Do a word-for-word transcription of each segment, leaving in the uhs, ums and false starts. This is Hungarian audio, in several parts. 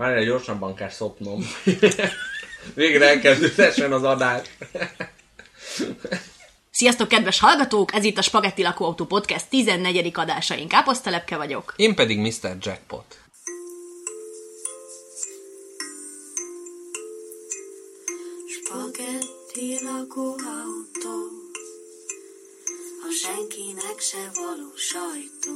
Várjál, gyorsabban kell szopnom. Végre elkezdődhessen az adás. Sziasztok, kedves hallgatók! Ez itt a Spagetti Lakóautó Podcast tizennegyedik adása. Én Káposztelepke vagyok. Én pedig miszter Jackpot. Spagetti lakóautó, a senkinek se való sajtó,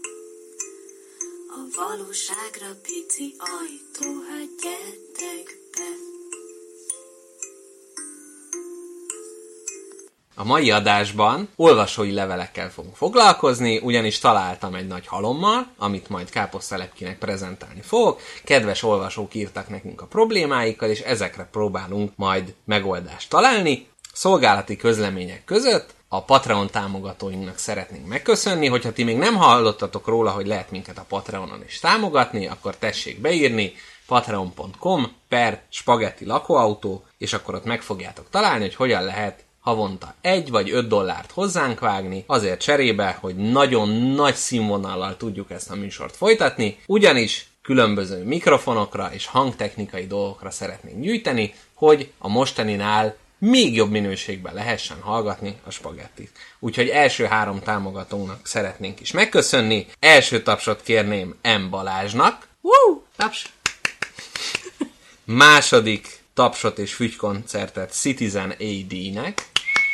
a valóságra pici ajtó, hát gyertek be. A mai adásban olvasói levelekkel fogunk foglalkozni, ugyanis találtam egy nagy halommal, amit majd Káposztelepkének prezentálni fogok. Kedves olvasók írtak nekünk a problémáikkal, és ezekre próbálunk majd megoldást találni. Szolgálati közlemények között a Patreon támogatóinknak szeretnénk megköszönni, hogyha ti még nem hallottatok róla, hogy lehet minket a Patreonon is támogatni, akkor tessék beírni patreon pont com per spagetti lakóautó, és akkor ott meg fogjátok találni, hogy hogyan lehet havonta egy vagy öt dollárt hozzánk vágni, azért cserébe, hogy nagyon nagy színvonallal tudjuk ezt a műsort folytatni, ugyanis különböző mikrofonokra és hangtechnikai dolgokra szeretnénk gyűjteni, hogy a mostaninál még jobb minőségben lehessen hallgatni a spagettit. Úgyhogy első három támogatónak szeretnénk is megköszönni. Első tapsot kérném M. Balázsnak. Woo! Taps! Második tapsot és fügykoncertet Citizen á dé-nek.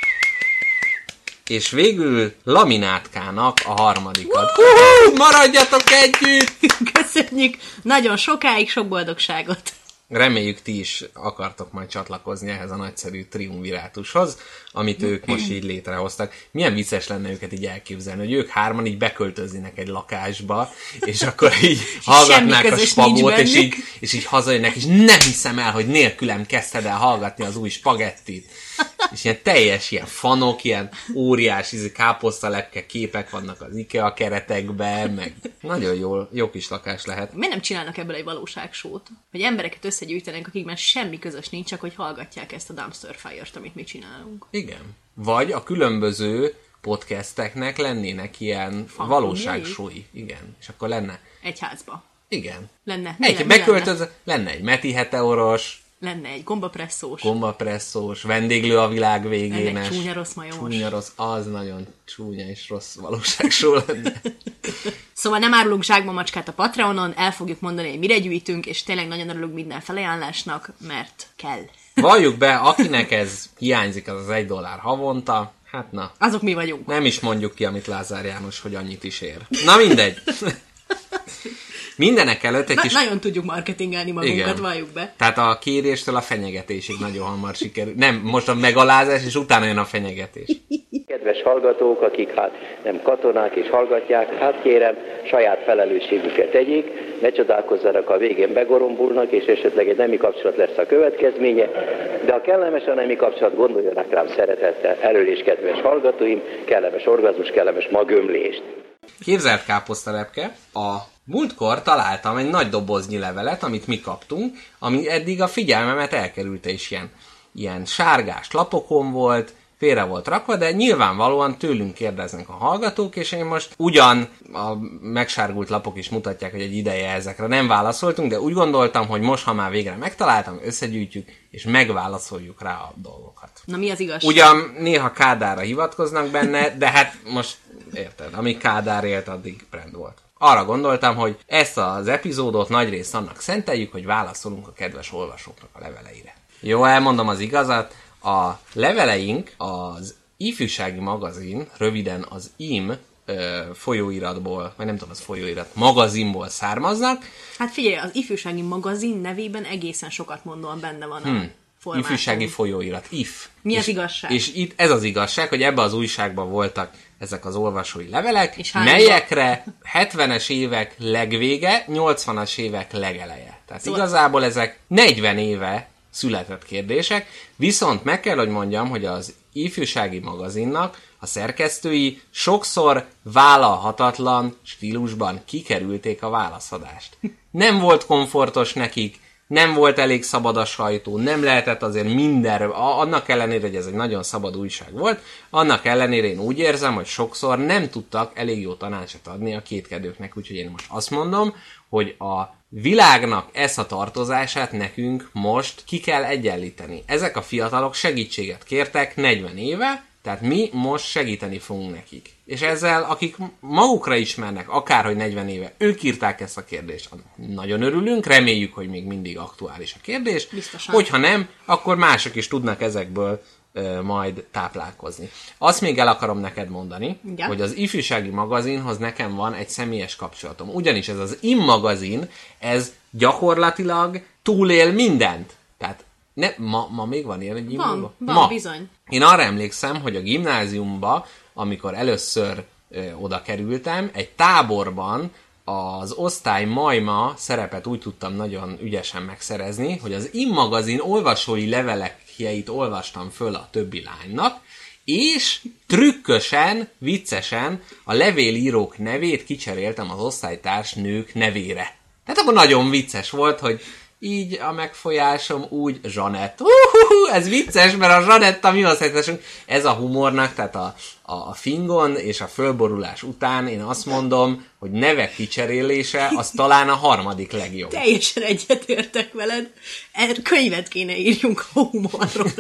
És végül Laminátkának a harmadikat. Uh-huh, maradjatok együtt! Köszönjük! Nagyon sokáig sok boldogságot! Reméljük, ti is akartok majd csatlakozni ehhez a nagyszerű triumvirátushoz, amit ők most így létrehoztak. Milyen vicces lenne őket így elképzelni, hogy ők hárman így beköltöznének egy lakásba, és akkor így hallgatnák a spagót, és így, és így hazajönnek, és nem hiszem el, hogy nélkülem kezdted el hallgatni az új spagettit. És ilyen teljes ilyen fanok, ilyen óriás ízű káposztalepke képek vannak az IKEA keretekben, meg nagyon jó, jó kis lakás lehet. Miért nem csinálnak ebből egy valóságsót? Hogy embereket összegyűjtenek, akikben semmi közös nincs, csak hogy hallgatják ezt a Dumpster Fire-t, amit mi csinálunk. Igen. Vagy a különböző podcasteknek lennének ilyen valóságsói. Igen. És akkor lenne... Egyházba. Igen. Lenne. Egy, beköltöz... lenne? lenne egy Meti Heteoros. Lenne egy gombapresszós. Gombapresszós, vendéglő a világ végénes. Lenne egy csúnya rossz majomos. Csúnya rossz, az nagyon csúnya és rossz valóságsó lenne. Szóval nem árulunk zsákba macskát a Patreonon, el fogjuk mondani, hogy mire gyűjtünk, és tényleg nagyon örülünk minden felajánlásnak, mert kell. Valljuk be, akinek ez hiányzik, az az egy dollár havonta, hát na. Azok mi vagyunk. Nem is mondjuk ki, amit Lázár János, hogy annyit is ér. Na mindegy. Mindenek előtt egy Na, kis... Nagyon tudjuk marketingelni magunkat, Igen. valljuk be. Tehát a kéréstől a fenyegetésig nagyon hamar sikerül. Nem, most a megalázás, és utána jön a fenyegetés. Kedves hallgatók, akik hát nem katonák és hallgatják, hát kérem, saját felelősségüket tegyék, ne csodálkozzanak, a végén begorombulnak, és esetleg egy nemi kapcsolat lesz a következménye, de ha kellemes a nemi kapcsolat, gondoljanak rám szeretettel, elől és kedves hallgatóim, kellemes orgazmus, kellemes magömlést. Képzelt Káposztelepke, a múltkor találtam egy nagy doboznyi levelet, amit mi kaptunk, ami eddig a figyelmemet elkerülte, és ilyen, ilyen sárgás lapokon volt, félre volt rakva, de nyilvánvalóan tőlünk kérdeznek a hallgatók, és én most ugyan a megsárgult lapok is mutatják, hogy egy ideje ezekre nem válaszoltunk, de úgy gondoltam, hogy most, ha már végre megtaláltam, összegyűjtjük, és megválaszoljuk rá a dolgokat. Na mi az igazság? Ugyan néha Kádárra hivatkoznak benne, de hát most érted, amíg Kádár élt, addig brand volt. Arra gondoltam, hogy ezt az epizódot nagyrészt annak szenteljük, hogy válaszolunk a kedves olvasóknak a leveleire. Jó, elmondom az igazat. A leveleink az ifjúsági magazin, röviden az í em folyóiratból, vagy nem tudom, az folyóirat, magazinból származnak. Hát figyelj, az ifjúsági magazin nevében egészen sokat mondóan benne van a hmm. formátum. Ifjúsági folyóirat, if. Mi az és, igazság? És itt ez az igazság, hogy ebbe az újságban voltak ezek az olvasói levelek, és melyekre hetvenes évek legvége, nyolcvanas évek legeleje. Tehát szóval... igazából ezek negyven éve született kérdések, viszont meg kell, hogy mondjam, hogy az ifjúsági magazinnak a szerkesztői sokszor vállalhatatlan stílusban kikerülték a válaszadást. Nem volt komfortos nekik, nem volt elég szabad a sajtó, nem lehetett azért mindenre, annak ellenére, hogy ez egy nagyon szabad újság volt, annak ellenére én úgy érzem, hogy sokszor nem tudtak elég jó tanácsot adni a kétkedőknek, úgyhogy én most azt mondom, hogy a világnak ezt a tartozását nekünk most ki kell egyenlíteni. Ezek a fiatalok segítséget kértek negyven éve, tehát mi most segíteni fogunk nekik. És ezzel, akik magukra ismernek, akárhogy negyven éve, ők írták ezt a kérdést. Nagyon örülünk, reméljük, hogy még mindig aktuális a kérdés. Biztosan. Hogyha nem, akkor mások is tudnak ezekből ö, majd táplálkozni. Azt még el akarom neked mondani, ja. hogy az ifjúsági magazinhoz nekem van egy személyes kapcsolatom. Ugyanis ez az I M magazin, ez gyakorlatilag túlél mindent. Tehát ne, ma, ma még van ilyen egy I M Van, magazin? van, ma. bizony. Én arra emlékszem, hogy a gimnáziumba, amikor először ö, oda kerültem, egy táborban az osztály majma szerepet úgy tudtam nagyon ügyesen megszerezni, hogy az I M magazin olvasói levelekjeit olvastam föl a többi lánynak, és trükkösen, viccesen a levélírók nevét kicseréltem az osztálytárs nők nevére. Tehát akkor nagyon vicces volt, hogy így a megfolyásom, úgy Zsanett. Uh-huh, ez vicces, mert a Zsanett a mi osztálytársunk. Ez a humornak, tehát a, a, a fingon és a fölborulás után én azt mondom, hogy nevek kicserélése az talán a harmadik legjobb. Teljesen egyetértek veled. Er, könyvet kéne írjunk a humorról.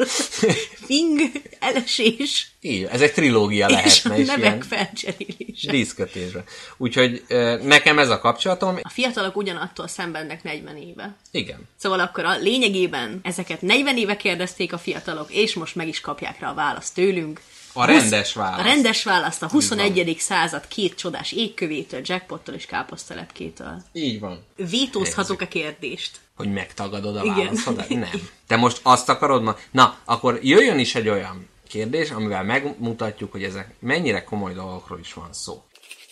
Fing, elesés. Így, ez egy trilógia lehetne és is. a nevek Ilyen felcserélése. díszkötésre. Úgyhogy nekem ez a kapcsolatom. A fiatalok ugyanattól szenvednek negyven éve. Igen. Szóval akkor a lényegében ezeket negyven éve kérdezték a fiatalok, és most meg is kapják rá a választ tőlünk. A rendes választ. A rendes választ a huszonegyedik század két csodás égkövétől, jackpottól és káposztelepkétől. Így van. Vétózhatok a kérdést. Hogy megtagadod a Igen. válaszodat? Nem. Te most azt akarod ma? Na, akkor jöjjön is egy olyan kérdés, amivel megmutatjuk, hogy ezek mennyire komoly dolgokról is van szó.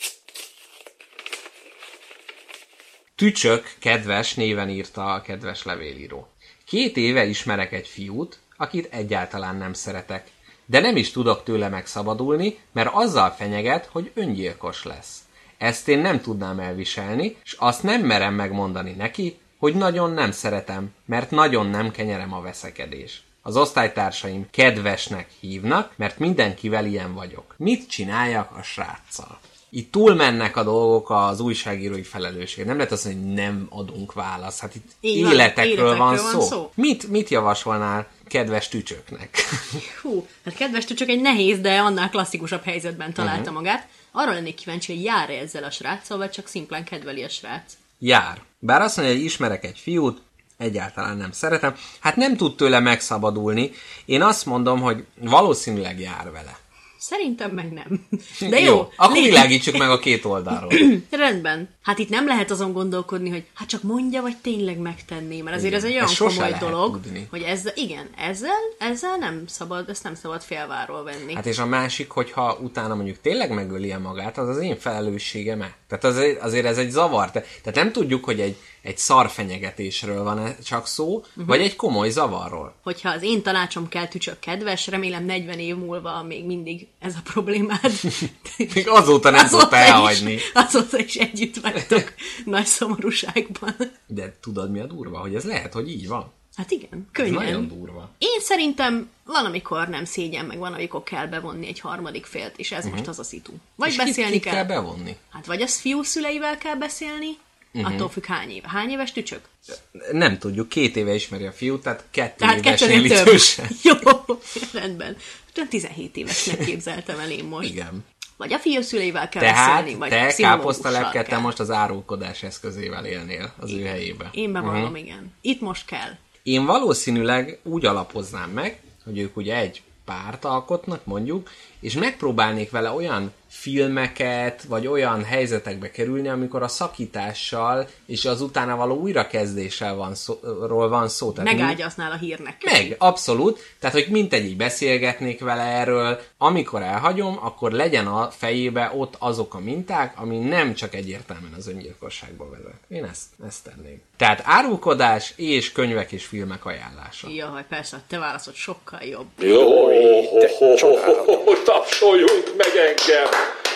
Tücsök kedves néven írta a kedves levélíró. Két éve ismerek egy fiút, akit egyáltalán nem szeretek, de nem is tudok tőle megszabadulni, mert azzal fenyeget, hogy öngyilkos lesz. Ezt én nem tudnám elviselni, és azt nem merem megmondani neki, hogy nagyon nem szeretem, mert nagyon nem kenyerem a veszekedés. Az osztálytársaim kedvesnek hívnak, mert mindenkivel ilyen vagyok. Mit csináljak a sráccal? Itt túlmennek a dolgok az újságírói felelősség. Nem lehet azt mondani, hogy nem adunk választ. Hát itt Igen, életekről, életekről van, van szó. szó. Mit, mit javasolnál kedves tücsöknek? Hú, hát kedves csak egy nehéz, de annál klasszikusabb helyzetben találta uh-huh. magát. Arra lennék kíváncsi, hogy jár-e ezzel a sráccal, vagy csak szimplán kedveli a srác. Jár. Bár azt mondja, hogy ismerek egy fiút, egyáltalán nem szeretem. Hát nem tud tőle megszabadulni. Én azt mondom, hogy valószínűleg jár vele. Szerintem meg nem. De jó. jó akkor lé... világítsuk meg a két oldalról. Rendben. Hát itt nem lehet azon gondolkodni, hogy hát csak mondja, vagy tényleg megtenné, mert azért igen. ez egy olyan ez komoly dolog, tudni. hogy ezzel, igen, ezzel, ezzel nem szabad, ezt nem szabad félváról venni. Hát és a másik, hogyha utána mondjuk tényleg megöli magát, az az én felelősségem-e? Tehát azért, azért ez egy zavar. Tehát nem tudjuk, hogy egy, egy szarfenyegetésről van csak szó, uh-huh. vagy egy komoly zavarról. Hogyha az én tanácsom kell tücsök kedves, remélem negyven év múlva még mindig ez a problémád. Még azóta nem tudta elhagyni. Is, azóta is együtt vagytok nagy szomorúságban. De tudod, mi a durva? Hogy ez lehet, hogy így van. Hát igen, könnyen. Ez nagyon durva. Én szerintem van, amikor nem szégyen, meg van, amikor kell bevonni egy harmadik félt, és ez uh-huh. most az a szitu. Vagy és beszélni kit, kit kell. kell bevonni? Hát vagy az fiú szüleivel kell beszélni, uh-huh. attól függ hány éve. Hány éves tücsök? Nem tudjuk, két éve ismeri a fiút, tehát kettő tehát évesnél idősen. Jó, rendben. tizenhét évesnek képzeltem el én most. Igen. Vagy a fiú szüleivel kell tehát beszélni, vagy te káposztalepke, te kell. most az árulkodás eszközével élnél az ő helyébe. Én bevallom, uh-huh. igen. Itt most kell. Én valószínűleg úgy alapoznám meg, hogy ők ugye egy párt alkotnak, mondjuk, és megpróbálnék vele olyan filmeket, vagy olyan helyzetekbe kerülni, amikor a szakítással és az utána való újrakezdéssel van szó, ról van szó. Tehát megágyaznál a hírnek. Meg, abszolút. Tehát, hogy mintegy így beszélgetnék vele erről. Amikor elhagyom, akkor legyen a fejébe ott azok a minták, ami nem csak egyértelműen az öngyilkosságba vezet. Én ezt, ezt tenném. Tehát árulkodás és könyvek és filmek ajánlása. Jaj, persze, a te válaszod sokkal jobb. Jó, te csodálatos. Tapsoljunk meg engem!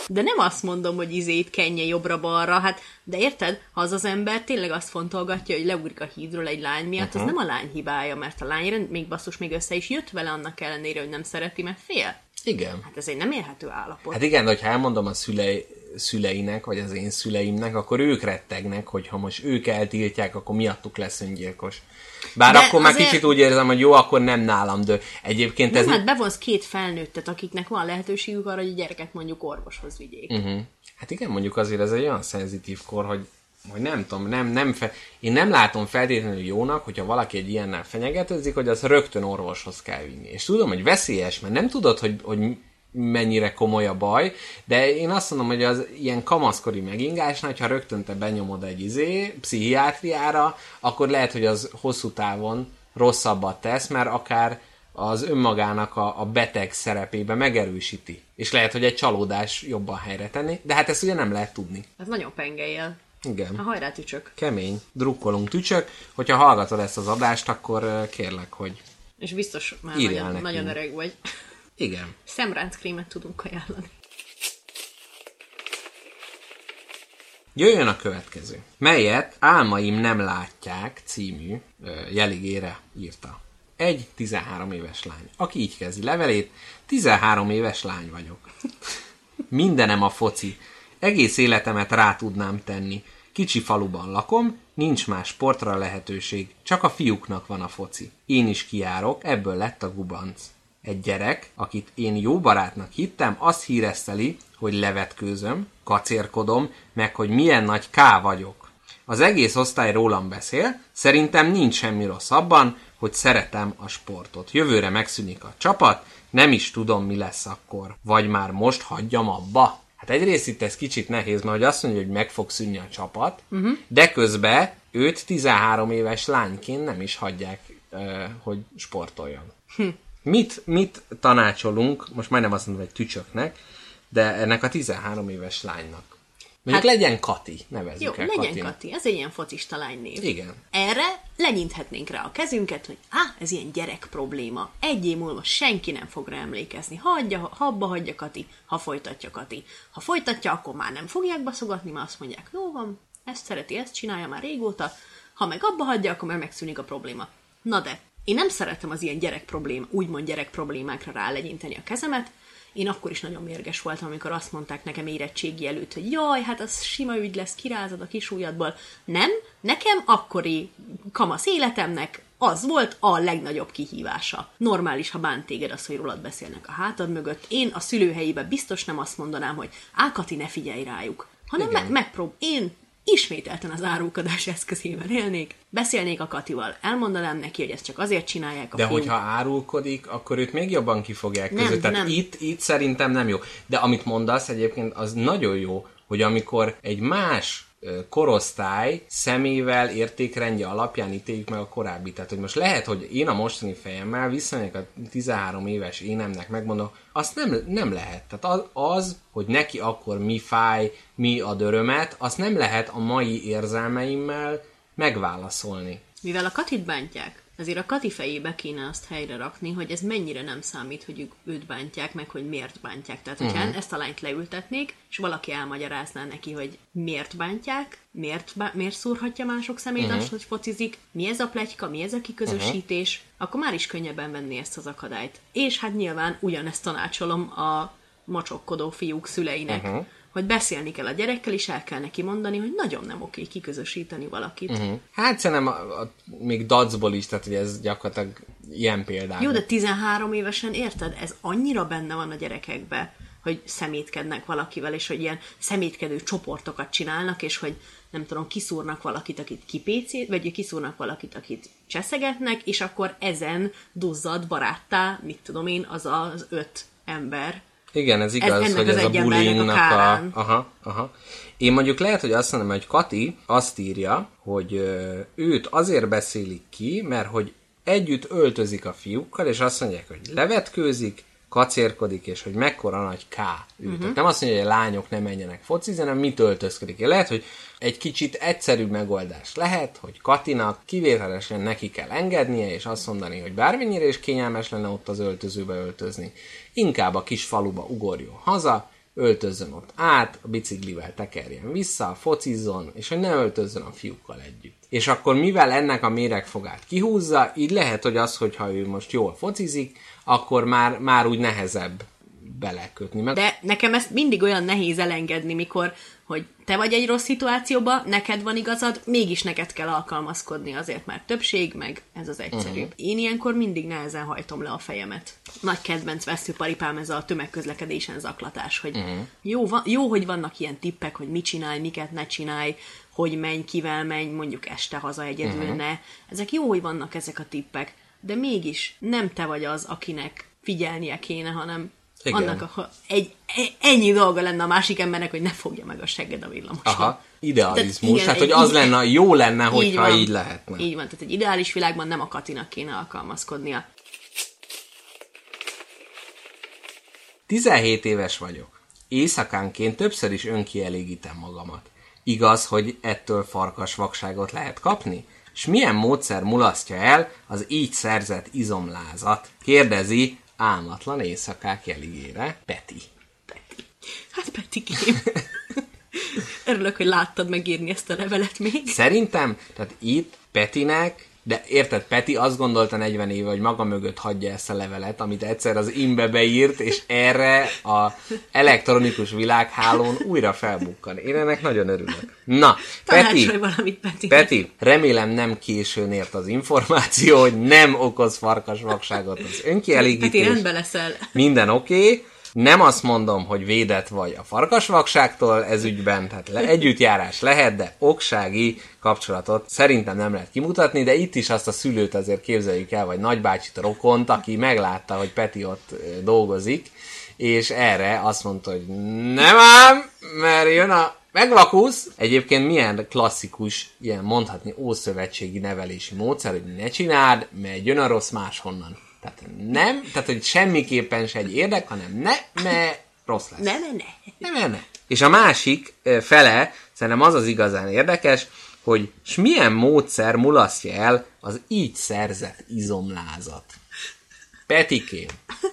De nem azt mondom, hogy izét kenje jobbra-balra, hát, de érted, ha az az ember tényleg azt fontolgatja, hogy leugrik a hídról egy lány miatt, uh-huh. az nem a lány hibája, mert a lány még basszus még össze is jött vele annak ellenére, hogy nem szereti, mert fél. Igen. Hát ez egy nem élhető állapot. Hát igen, de hogyha elmondom a szülei, szüleinek, vagy az én szüleimnek, akkor ők rettegnek, hogy ha most ők eltiltják, akkor miattuk lesz öngyilkos. Bár de akkor már azért... kicsit úgy érzem, hogy jó, akkor nem nálam, de egyébként nem, ez... hát bevonsz két felnőttet, akiknek van lehetőségük arra, hogy a gyereket mondjuk orvoshoz vigyék. Uh-huh. Hát igen, mondjuk azért ez egy olyan szenzitív kor, hogy, hogy nem tudom, nem, nem fe... én nem látom feltétlenül jónak, hogyha valaki egy ilyennel fenyegetőzik, hogy az rögtön orvoshoz kell vinni. És tudom, hogy veszélyes, mert nem tudod, hogy, hogy mennyire komoly a baj, de én azt mondom, hogy az ilyen kamaszkori megingásnál, ha rögtön te benyomod egy izé, pszichiátriára, akkor lehet, hogy az hosszú távon rosszabbat tesz, mert akár az önmagának a, a beteg szerepébe megerősíti. És lehet, hogy egy csalódás jobban helyre tenni, de hát ezt ugye nem lehet tudni. Ez nagyon pengelyel. Igen. Ha hajrá, tücsök. Kemény. Drukkolunk, tücsök. Hogyha hallgatod ezt az adást, akkor kérlek, hogy és biztos már írjál nagyon, nekünk. nagyon öreg vagy. Igen. Szemránckrémet tudunk ajánlani. Jöjjön a következő, melyet Álmaim nem látják című jeligére írta. Egy tizenhárom éves lány, aki így kezdi levelét, tizenhárom éves lány vagyok. Mindenem a foci. Egész életemet rá tudnám tenni. Kicsi faluban lakom, nincs más sportra lehetőség, csak a fiúknak van a foci. Én is kijárok, ebből lett a gubanc. Egy gyerek, akit én jó barátnak hittem, azt híreszteli, hogy levetkőzöm, kacérkodom, meg hogy milyen nagy ká vagyok. Az egész osztály rólam beszél, szerintem nincs semmi rossz abban, hogy szeretem a sportot. Jövőre megszűnik a csapat, nem is tudom, mi lesz akkor. Vagy már most hagyjam abba? Hát egyrészt itt ez kicsit nehéz, mert hogy azt mondja, hogy meg fog szűnni a csapat, uh-huh. de közben őt tizenhárom éves lányként nem is hagyják, uh, hogy sportoljon. Hm. Mit, mit tanácsolunk, most majdnem azt mondom, hogy tücsöknek, de ennek a tizenhárom éves lánynak? Mondjuk hát, legyen Kati, nevezzük jó, el legyen Katinak. Kati, ez egy ilyen focista lánynév. Igen. Erre lenyinthetnénk rá a kezünket, hogy á, ez ilyen gyerek probléma. Egy év múlva senki nem fog rá emlékezni. Hagyja, ha abba hagyja Kati, ha folytatja Kati. Ha folytatja, akkor már nem fogják baszogatni, mert azt mondják, jó van, ezt szereti, ezt csinálja már régóta. Ha meg abba hagyja, akkor már megszűnik a probléma. Na de, én nem szeretem az ilyen gyerek problém, úgymond gyerek problémákra rálegyinteni a kezemet. Én akkor is nagyon mérges voltam, amikor azt mondták nekem érettségi előtt, hogy jaj, hát az sima ügy lesz, kirázod a kis ujjadból. Nem, nekem akkori kamasz életemnek az volt a legnagyobb kihívása. Normális, ha bánt téged az, hogy rólad beszélnek a hátad mögött. Én a szülőhelyében biztos nem azt mondanám, hogy á, Kati, ne figyelj rájuk, hanem me- megprób... Én ismételten az árulkodás eszközével élnék, beszélnék a Katival, elmondanám neki, hogy ezt csak azért csinálják a De fiúk. hogyha árulkodik, akkor őt még jobban kifogják Nem, között. Tehát nem. Itt, itt szerintem nem jó. De amit mondasz egyébként, az nagyon jó, hogy amikor egy más korosztály szemével, értékrendje alapján ítéljük meg a korábbi. Tehát, hogy most lehet, hogy én a mostani fejemmel visszamegyek a tizenhárom éves énemnek, megmondom, azt nem, nem lehet. Tehát az, az, hogy neki akkor mi fáj, mi ad örömet, azt nem lehet a mai érzelmeimmel megválaszolni. Mivel a Katit bántják, ezért a Kati fejébe kéne azt helyre rakni, hogy ez mennyire nem számít, hogy ők őt bántják, meg hogy miért bántják. Tehát, hogyha uh-huh. ezt a lányt leültetnék, és valaki elmagyarázná neki, hogy miért bántják, miért, bá- miért szúrhatja mások szemét uh-huh. azt, hogy focizik, mi ez a pletyka, mi ez a kiközösítés, uh-huh. akkor már is könnyebben venni ezt az akadályt. És hát nyilván ugyanezt tanácsolom a mocsokkodó fiúk szüleinek, uh-huh. hogy beszélni kell a gyerekkel, és el kell neki mondani, hogy nagyon nem oké kiközösíteni valakit. Uh-huh. Hát szerintem a, a, még dacból is, tehát hogy ez gyakorlatilag ilyen például. Jó, de tizenhárom évesen, érted? Ez annyira benne van a gyerekekbe, hogy szemétkednek valakivel, és hogy ilyen szemétkedő csoportokat csinálnak, és hogy nem tudom, kiszúrnak valakit, akit kipécét, vagy kiszúrnak valakit, akit cseszegetnek, és akkor ezen duzzad baráttá, mit tudom én, az az öt ember. Igen, ez igaz, ez, hogy ez a bullyingnak a... a... Aha, aha. Én mondjuk lehet, hogy azt mondom, hogy Kati azt írja, hogy ö, őt azért beszélik ki, mert hogy együtt öltözik a fiúkkal, és azt mondják, hogy levetkőzik, kacérkodik, és hogy mekkora nagy ká ő. Uh-huh. Tehát nem azt mondja, hogy a lányok nem menjenek focizni, hanem mit öltözködik. Lehet, hogy egy kicsit egyszerűbb megoldás lehet, hogy Katinak kivételesen neki kell engednie, és azt mondani, hogy bármennyire is kényelmes lenne ott az öltözőbe öltözni, inkább a kis faluba ugorjon haza, öltözzön ott át, a biciklivel tekerjen vissza, focizzon, és hogy ne öltözzön a fiúkkal együtt. És akkor mivel ennek a méregfogát kihúzza, így lehet, hogy az, hogyha ő most jól focizik, akkor már, már úgy nehezebb belekötni. Meg... De nekem ezt mindig olyan nehéz elengedni, mikor, hogy te vagy egy rossz szituációban, neked van igazad, mégis neked kell alkalmazkodni azért, mert többség, meg ez az egyszerű. Uh-huh. Én ilyenkor mindig nehezen hajtom le a fejemet. Nagy kedvenc veszőparipám ez a tömegközlekedésen zaklatás, hogy uh-huh. jó, van, jó, hogy vannak ilyen tippek, hogy mit csinálj, miket ne csinálj, hogy menj, kivel menj, mondjuk este haza egyedül uh-huh. ne. Ezek jó, hogy vannak ezek a tippek, de mégis nem te vagy az, akinek figyelnie kéne, hanem igen. Annak, ha egy, ennyi dolga lenne a másik embernek, hogy ne fogja meg a segged a villamoson. Aha, idealizmus. Igen, hát, hogy az így, lenne, jó lenne, hogyha így, van, így lehetne. Így van, tehát egy ideális világban nem a Katinak kéne alkalmazkodnia. tizenhét éves vagyok. Éjszakánként többször is önkielégítem magamat. Igaz, hogy ettől farkasvakságot lehet kapni? És milyen módszer mulasztja el az így szerzett izomlázat? Kérdezi álmatlan éjszakák jeligére Peti. Peti. Hát Petikém. Örülök, hogy láttad megírni ezt a levelet még. Szerintem, tehát itt Petinek, de érted, Peti azt gondolta negyven éve, hogy maga mögött hagyja ezt a levelet, amit egyszer az imbe beírt, és erre a elektronikus világhálón újra felbukkan. Én ennek nagyon örülök. Na, Peti, valamit, Peti. Peti, remélem nem későn ért az információ, hogy nem okoz farkasvakságot az önkielégítés. Peti, rendben leszel. Minden oké. Okay. Nem azt mondom, hogy védett vagy a farkasvakságtól ez ügyben, tehát le, együttjárás lehet, de oksági kapcsolatot szerintem nem lehet kimutatni, de itt is azt a szülőt azért képzeljük el, vagy nagybácsit, a rokont, aki meglátta, hogy Peti ott dolgozik, és erre azt mondta, hogy nem ám, mert jön a megvakulsz. Egyébként milyen klasszikus, ilyen mondhatni ószövetségi nevelési módszer, hogy ne csináld, mert jön a rossz máshonnan. Tehát nem, tehát hogy semmiképpen se egy érdek, hanem ne, mert rossz lesz. Ne, ne, ne. Ne, ne, ne. És a másik fele, szerintem az az igazán érdekes, hogy s milyen módszer mulasztja el az így szerzett izomlázat. Petikém,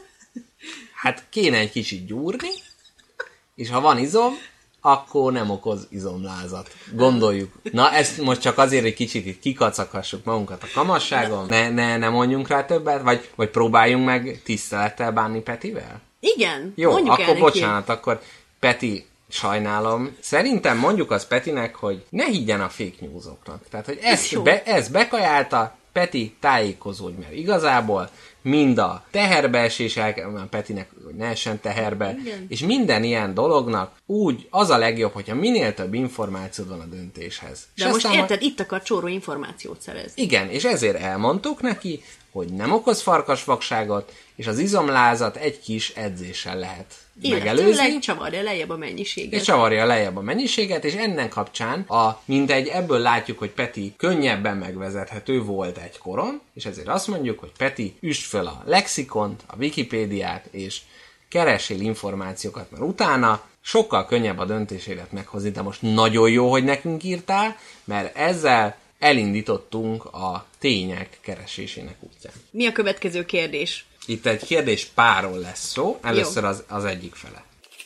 hát kéne egy kicsit gyúrni, és ha van izom, akkor nem okoz izomlázat. Gondoljuk. Na, ezt most csak azért, hogy kicsit itt kikacaghassuk magunkat a kamasságon. Ne, ne, ne mondjunk rá többet, vagy, vagy próbáljunk meg tisztelettel bánni Petivel? Igen, jó, mondjuk akkor el bocsánat, neki. akkor Peti, sajnálom. Szerintem mondjuk az Petinek, hogy ne higgyen a fake newsoknak. Tehát, hogy ezt, be, ezt bekajálta, Peti, tájékozódj, mert igazából mind a teherbeesések, Petinek, hogy ne essen teherbe, igen. És minden ilyen dolognak úgy az a legjobb, hogyha minél több információd van a döntéshez. De és most érted, majd... itt akar csóró információt szerezni. Igen, és ezért elmondtuk neki, hogy nem okoz farkasvakságot, és az izomlázat egy kis edzéssel lehet megelőzni. Illetőleg csavarja lejjebb a mennyiséget. És csavarja lejjebb a mennyiséget, és ennek kapcsán, a, mindegy, ebből látjuk, hogy Peti könnyebben megvezethető volt egy koron, és ezért azt mondjuk, hogy Peti, üsd föl a lexikont, a Wikipédiát, és keressél információkat, mert utána sokkal könnyebb a döntésédet meghozni, de most nagyon jó, hogy nekünk írtál, mert ezzel elindítottunk a tények keresésének útján. Mi a következő kérdés? Itt egy kérdés párról lesz szó, először az, az egyik fele.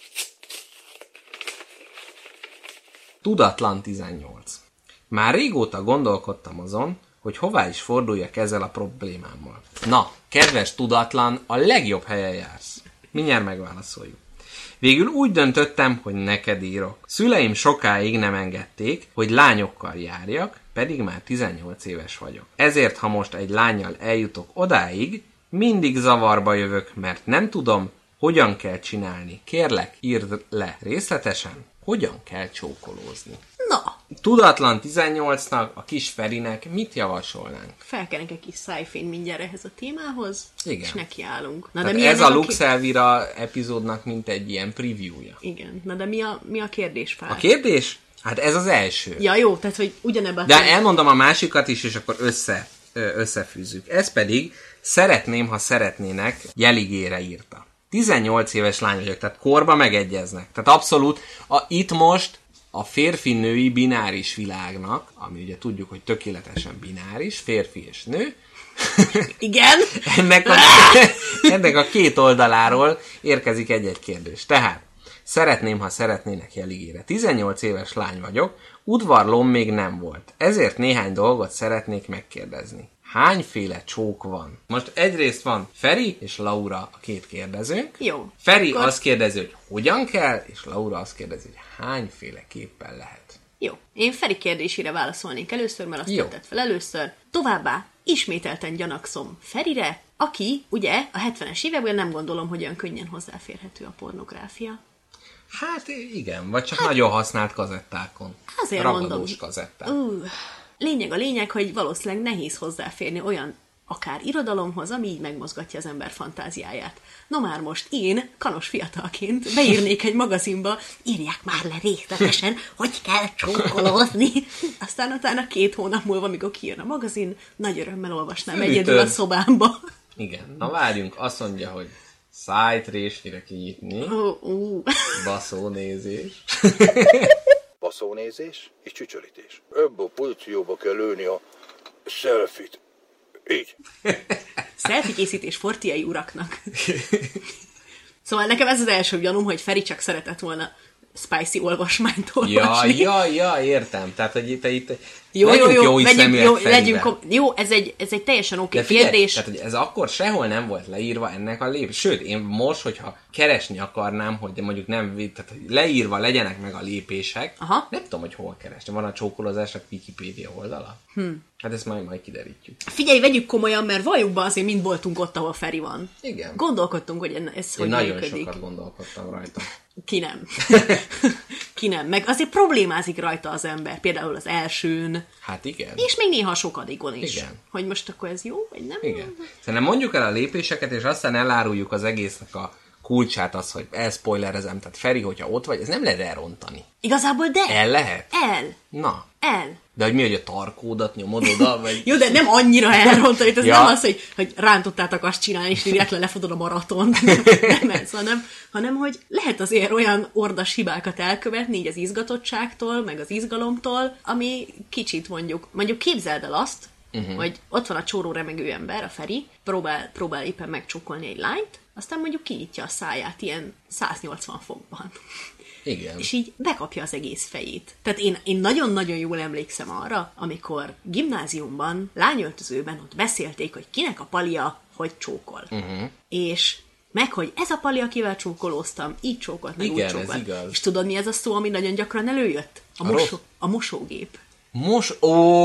Tudatlan tizennyolc. Már régóta gondolkodtam azon, hogy hová is forduljak ezzel a problémámmal. Na, kedves tudatlan, a legjobb helyen jársz. Mindjárt megválaszoljuk. Végül úgy döntöttem, hogy neked írok. Szüleim sokáig nem engedték, hogy lányokkal járjak, pedig már tizennyolc éves vagyok. Ezért, ha most egy lánnyal eljutok odáig, mindig zavarba jövök, mert nem tudom, hogyan kell csinálni. Kérlek, írd le részletesen, hogyan kell csókolózni. Na! Tudatlan tizennyolcnak, a kis Ferinek mit javasolnánk? Felkelnek egy kis szájfény mindjárt ehhez a témához, igen. És nekiállunk. Na, de mi ez a Lux Elvira epizódnak mint egy ilyen preview-ja. Igen. Na de mi a, mi a kérdés, Pál? A kérdés? Hát ez az első. Ja jó, tehát hogy ugyanebben. De elmondom a másikat is, és akkor össze, összefűzzük. Ez pedig szeretném, ha szeretnének, jeligére írta. tizennyolc éves lány vagyok, tehát korba megegyeznek. Tehát abszolút, a, itt most a férfi-női bináris világnak, ami ugye tudjuk, hogy tökéletesen bináris, férfi és nő. Igen. ennek, a, ennek a két oldaláról érkezik egy-egy kérdés. Tehát, Szeretném, ha szeretnének jeligére. tizennyolc éves lány vagyok, udvarlóm még nem volt. Ezért néhány dolgot szeretnék megkérdezni. Hányféle csók van? Most egyrészt van Feri és Laura a két kérdezőnk. Jó. Feri Akkor... azt kérdezi, hogy hogyan kell, és Laura azt kérdezi, hogy hányféle képpel lehet. Jó. Én Feri kérdésére válaszolnék először, mert azt Jó. tett fel először. Továbbá ismételten gyanakszom Ferire, aki ugye a hetvenes években nem gondolom, hogy olyan könnyen hozzáférhető a pornográfia. Hát igen, vagy csak hát, nagyon használt kazettákon. Azért Ragadós mondom. kazettán. Uh, lényeg a lényeg, hogy valószínűleg nehéz hozzáférni olyan akár irodalomhoz, ami így megmozgatja az ember fantáziáját. No már most én, kanos fiatalként beírnék egy magazinba, írják már le részletesen, hogy kell csókolózni. Aztán utána két hónap múlva, amikor kijön a magazin, nagy örömmel olvasnám Fölütöd. egyedül a szobámba. Igen. Na várjunk, azt mondja, hogy szájtrésnyire kinyitni, Uh, uh. baszónézés. Baszónézés és csücsörítés. Ebbe a pozícióba kell lőni a selfit. Így. Selfie készítés fortiai uraknak. Szóval nekem ez az első gyanúm, hogy Feri csak szeretett volna spicy olvasmányt olvasni. Ja, ja, ja, értem. Tehát, hogy itt, itt Jó, jó, jó, legyünk, jó, Ferivel. legyünk, jó, ez egy, ez egy teljesen oké De okay figyelj, kérdés. tehát, hogy ez akkor sehol nem volt leírva ennek a lépés. Sőt, én most, hogyha keresni akarnám, hogy mondjuk nem, tehát hogy leírva legyenek meg a lépések, Aha. nem tudom, hogy hol keresni. Van a csókolózásnak Wikipédia oldala? Hm. Hát ezt majd majd kiderítjük. Figyelj, vegyük komolyan, mert valljuk be, azért mind voltunk ott, ahol Feri van. Igen. Gondolkodtunk, hogy en- ez Én hogy nagyon működik. sokat gondolkodtam rajta. Ki nem. Ki nem. Meg azért problémázik rajta az ember, például az elsőn, Hát igen. és még néha a sokadikon is. Igen. Hogy most akkor ez jó, vagy nem? Igen. Szerintem mondjuk el a lépéseket, és aztán eláruljuk az egésznek a kulcsát, az, hogy elspoilerezem, tehát Feri, hogyha ott vagy, ez nem lehet elrontani. Igazából de. El lehet? El. Na. El. De hogy mi, hogy a tarkódat nyomod oda, vagy... Jó, de nem annyira elrontani, ez Ja. nem az, hogy, hogy rántottátok azt csinálni, és direkt le lefutod a maratont. Nem ez, hanem, hanem, hogy lehet azért olyan ordas hibákat elkövetni, így az izgatottságtól, meg az izgalomtól, ami kicsit mondjuk, mondjuk képzeld el azt, uh-huh. hogy ott van a csóró remegő ember, a Feri, próbál, próbál éppen megcsókolni egy lányt, aztán mondjuk kinyitja a száját ilyen száznyolcvan fokban. Igen. És így bekapja az egész fejét. Tehát én, én nagyon-nagyon jól emlékszem arra, amikor gimnáziumban, lányöltözőben ott beszélték, hogy kinek a palia hogy csókol. Uh-huh. És meg, hogy ez a pali, akivel csókolóztam, így csókolt, meg Igen, úgy csókolt. ez igaz. És tudod, mi ez a szó, ami nagyon gyakran előjött? A, A mosó, rossz- a mosógép. Most,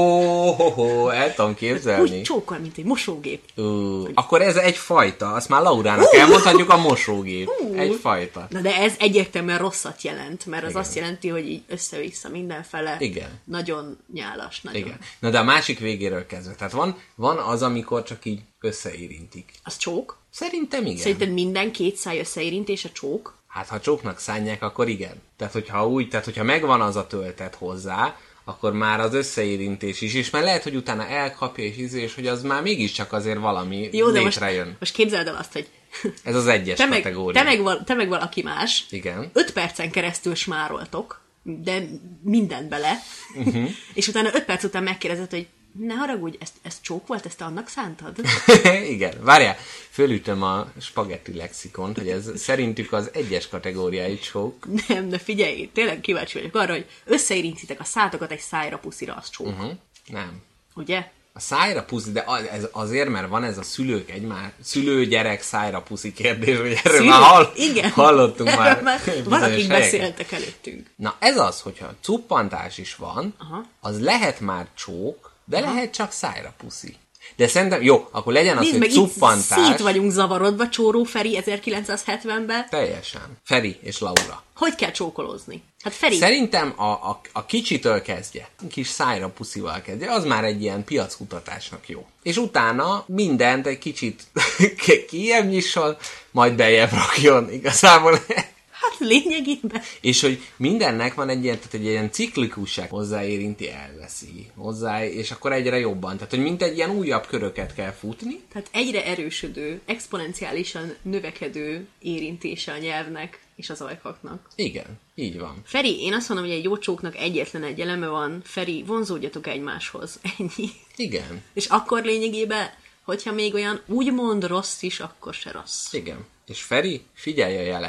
ó, el tudom képzelni. Úgy csókol, mint egy mosógép. Ó, akkor ez egy fajta, azt már Laurának elmondhatjuk, a mosógép. Ú. Egy fajta. Na de ez egyértelműen rosszat jelent, mert az Igen. azt jelenti, hogy így össze-vissza mindenfele. Igen. Nagyon nyálas, nagyon. Igen. Na de a másik végéről kezdve. Tehát van, van az, amikor csak így összeérintik. Az csók? Szerintem igen. Szerinted minden két száj összeérintés a csók? Hát ha csóknak szánják, akkor igen. Tehát hogyha úgy, tehát hogyha megvan az a töltet hozzá, akkor már az összeérintés is, és már lehet, hogy utána elkapja és ízé, és hogy az már mégiscsak azért valami Jó, de most, létrejön. most képzeld el azt, hogy Ez az egyes te meg, kategória. te, meg val, te meg valaki más, Igen. öt percen keresztül smároltok, de mindent bele, Mhm. uh-huh. és utána öt perc után megkérdezed, hogy ne haragudj, ezt, ezt csók volt, ezt te annak szántad? Igen, várjál, fölütöm a spagetti lexikont, hogy ez szerintük az egyes kategóriájú csók. Nem, de figyelj, tényleg kíváncsi vagyok arra, hogy összeérintitek a szátokat egy szájra puszira, az csók. Uh-huh. Uh-huh. Nem. Ugye? A szájra puszi, de az, ez azért, mert van ez a szülők egymás, szülő-gyerek szájra puszi kérdés, hogy erről Szülő? már hall, Igen. hallottunk Erről már. már bizonyos valakik helyeken. beszéltek előttünk. Na ez az, hogyha cuppantás is van, Aha. az lehet már csók, de lehet csak szájra puszi. De szerintem, jó, akkor legyen az, Nézd hogy meg, itt cuppantás. szét vagyunk zavarodva, Csóró Feri ezerkilencszázhetvenben. Teljesen. Feri és Laura. Hogy kell csókolózni? Hát Feri, Szerintem a, a, a kicsitől kezdje, kis szájra puszival kezdje, az már egy ilyen piackutatásnak jó. És utána mindent egy kicsit kijebb nyisson, majd bejebb rakjon igazából. hát lényegében. És hogy mindennek van egy ilyen, tehát egy ilyen ciklikusság, hozzáérinti, elveszi, hozzá, és akkor egyre jobban. Tehát, hogy mint egy ilyen újabb köröket kell futni. Tehát egyre erősödő, exponenciálisan növekedő érintése a nyelvnek és az ajkaknak. Igen, így van. Feri, én azt mondom, hogy egy jó csóknak egyetlen egy eleme van. Feri, vonzódjatok egymáshoz. Ennyi. Igen, És akkor lényegében, hogyha még olyan úgymond rossz is, akkor se rossz. igen. És Feri, figyelj a jelekre.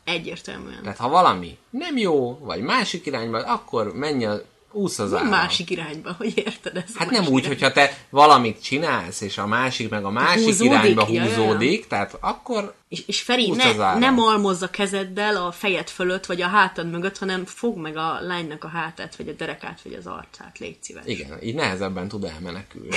Egyértelműen. Tehát ha valami nem jó, vagy másik irányba, akkor menj a úsz az áram. Másik irányba, hogy érted ezt? Hát nem úgy, hogyha te valamit csinálsz, és a másik meg a másik húzódik, irányba ja, húzódik, ja. Tehát akkor És, és Feri, húzd ne, az áram. ne malmozz a kezeddel a fejed fölött, vagy a hátad mögött, hanem fogd meg a lánynak a hátát, vagy a derekát, vagy az arcát, légy szíves. Igen, így nehezebben tud elmenekülni.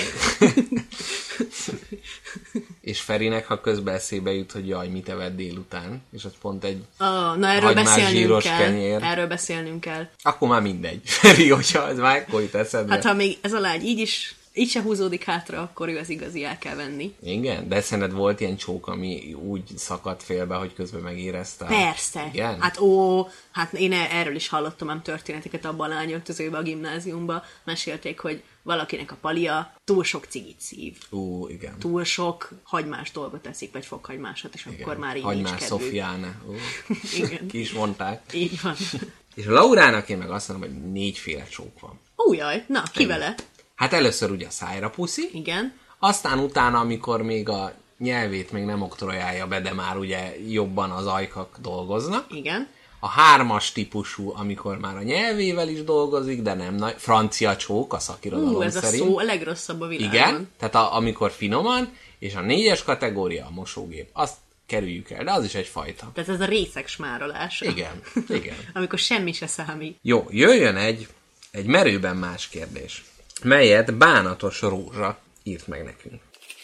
És Ferinek, ha közben eszébe jut, hogy jaj, mit evett délután, és az pont egy Oh, na erről hagymás beszélnünk zsíros kell. kenyér. Erről beszélnünk kell. Akkor már mindegy. Feri, hogyha ez már ekkor jut eszedbe. Hát ha még ez a lány így is, így se húzódik hátra, akkor ő az igazi, el kell venni. Igen? De szerinted volt ilyen csók, ami úgy szakadt félbe, hogy közben megérezte? Persze. Igen? Hát ó, hát én erről is hallottam ám történeteket abban a lányöltözőben a gimnáziumban. Mesélték, hogy valakinek a palia túl sok cigit szív. Ú, igen. Túl sok hagymás dolgot eszik, vagy fokhagymásat, és igen. akkor már így Hagymás nincs kedvük. Szofiáne. Ú. Igen. Ki is mondták. Így van. És a Laurának én meg azt mondom, hogy négyféle csók van. Ó, jaj, na, ki Igen. vele? Hát először ugye a szájra puszi, Igen. aztán utána, amikor még a nyelvét még nem oktrojálja be, de már ugye jobban az ajkak dolgoznak. Igen. A hármas típusú, amikor már a nyelvével is dolgozik, de nem nagy. Francia csók, a szakirodalom Ú, ez a szerint. szó a legrosszabb a világon. Igen, tehát a, amikor finoman, és a négyes kategória a mosógép. Azt kerüljük el, de az is egy fajta. Tehát ez a részeg smárolás. Igen, igen. Amikor semmi se számít. Jó, jöjjön egy, egy merőben más kérdés, melyet Bánatos Rózsa írt meg nekünk.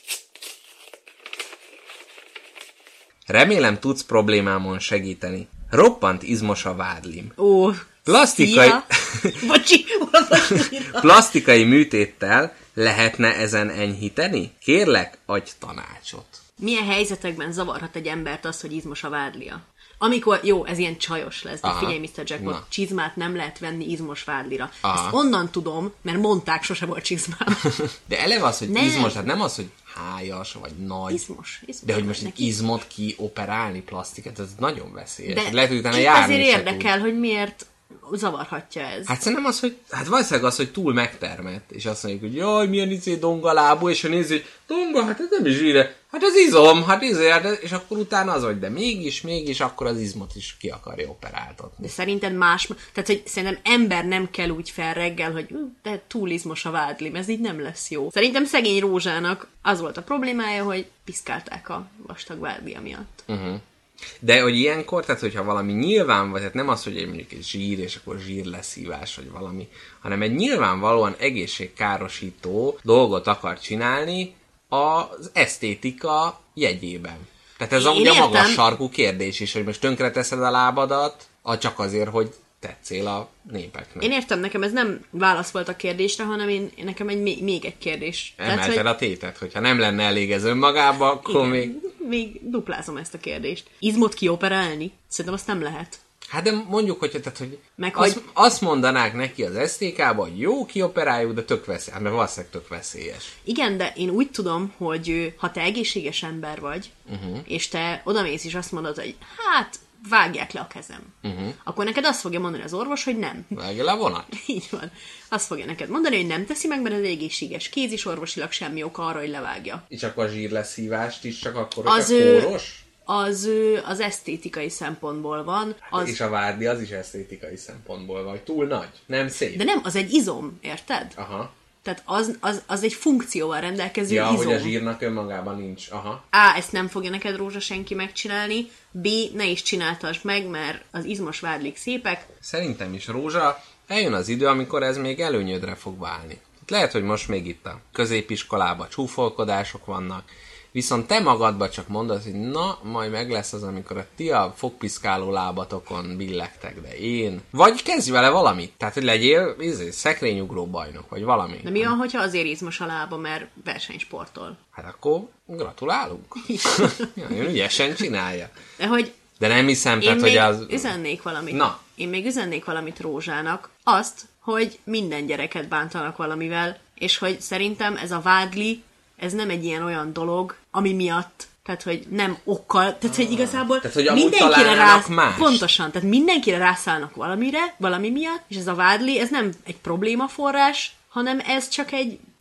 Remélem tudsz problémámon segíteni. Roppant izmos a vádlim. Ó, Plastikai, szia. Bocsi, olvasni. plastikai műtéttel lehetne ezen enyhíteni? Kérlek, adj tanácsot. Milyen helyzetekben zavarhat egy embert az, hogy izmos a vádlia? Amikor, jó, ez ilyen csajos lesz, de Aha. figyelj, miszter Jackpot, Na. csizmát nem lehet venni izmos vádlira. Aha. Ezt onnan tudom, mert mondták, sose volt csizmám. De eleve az, hogy Nem. izmos, hát nem az, hogy hájas, vagy nagy. Izmos, izmos. De hogy most egy Neki- izmot kioperálni plastikát, ez nagyon veszélyes. De Lehet, hogy utána itt járni azért se érdekel, tud. hogy miért zavarhatja ez. Hát szerintem az, hogy, hát valószínűleg az, hogy túl megtermett, és azt mondjuk, hogy jaj, milyen izé dongalábú, és ha nézi, hogy donga, hát ez nem is ide, hát ez izom, hát izé, hát ez, és akkor utána az, hogy de mégis, mégis, akkor az izmot is ki akarja operáltatni. De szerinted más, tehát hogy szerintem ember nem kell úgy fel reggel, hogy "Ú, de túl izmos a vádlim, ez így nem lesz jó. Szerintem szegény Rózsának az volt a problémája, hogy piszkálták a vastag vádlia miatt. Uh-huh. De hogy ilyenkor, tehát hogyha valami nyilván, vagy hát nem az, hogy egy mondjuk egy zsír, és akkor zsírleszívás, vagy valami, hanem egy nyilvánvalóan egészségkárosító dolgot akar csinálni az esztétika jegyében. Tehát ez Én ugye a magas értem. sarkú kérdés is, hogy most tönkreteszed a lábadat, a csak azért, hogy tetszél a népeknek. Én értem, nekem ez nem válasz volt a kérdésre, hanem én, nekem egy, még, még egy kérdés. Emelted hogy a tétet, hogyha nem lenne elég ez önmagába, akkor igen, még... még duplázom ezt a kérdést. Izmot kioperálni? Szerintem azt nem lehet. Hát de mondjuk, hogy, tehát, hogy, Meg azt, hogy- azt mondanák neki az es té ká-ba, hogy jó, kioperáljuk, de tök veszélyes. Hát mert valószínűleg tök veszélyes. Igen, de én úgy tudom, hogy ö, ha te egészséges ember vagy, Mhm. uh-huh. és te odamész és azt mondod, hogy hát vágják le a kezem, Mhm. uh-huh. akkor neked azt fogja mondani az orvos, hogy nem. Vágja le a vonat. Így van. Azt fogja neked mondani, hogy nem teszi meg, mert ez egy egészséges kéz, és orvosilag semmi oka arra, hogy levágja. És akkor a zsírleszívást is csak akkor, Az hogy a ő- kóros? Az, ö, az esztétikai szempontból van. Az... És a vádli az is esztétikai szempontból vagy. Túl nagy. Nem szép. De nem, az egy izom, érted? Aha. Tehát az, az, az egy funkcióval rendelkező Ja, izom. hogy a zsírnak önmagában nincs. Aha. A. Ezt nem fogja neked Rózsa senki megcsinálni. B. Ne is csináltasd meg, mert az izmos vádlik szépek. Szerintem is, Rózsa, eljön az idő, amikor ez még előnyödre fog válni. Lehet, hogy most még itt a középiskolában csúfolkodások vannak, viszont te magadba csak mondod, hogy na, majd meg lesz az, amikor a ti a fogpiszkáló lábatokon billegtek, de én. Vagy kezdj vele valamit. Tehát, hogy legyél izé, szekrényugró bajnok, vagy valami. De mi van, hogyha azért izmos a lába, mert versenysportol? Hát akkor gratulálunk. Nagyon ügyesen csinálja. De hogy De nem hiszem, én tehát, még hogy az... üzennék valamit. Na. Én még üzennék valamit Rózsának. Azt, hogy minden gyereket bántanak valamivel, és hogy szerintem ez a vádli, ez nem egy ilyen olyan dolog, ami miatt, tehát hogy nem okkal, tehát hogy igazából Tehát, hogy amúgy mindenkire találnának mást. pontosan, tehát mindenkire rászállnak valamire, valami miatt, és ez a vádli, ez nem egy problémaforrás, hanem ez csak egy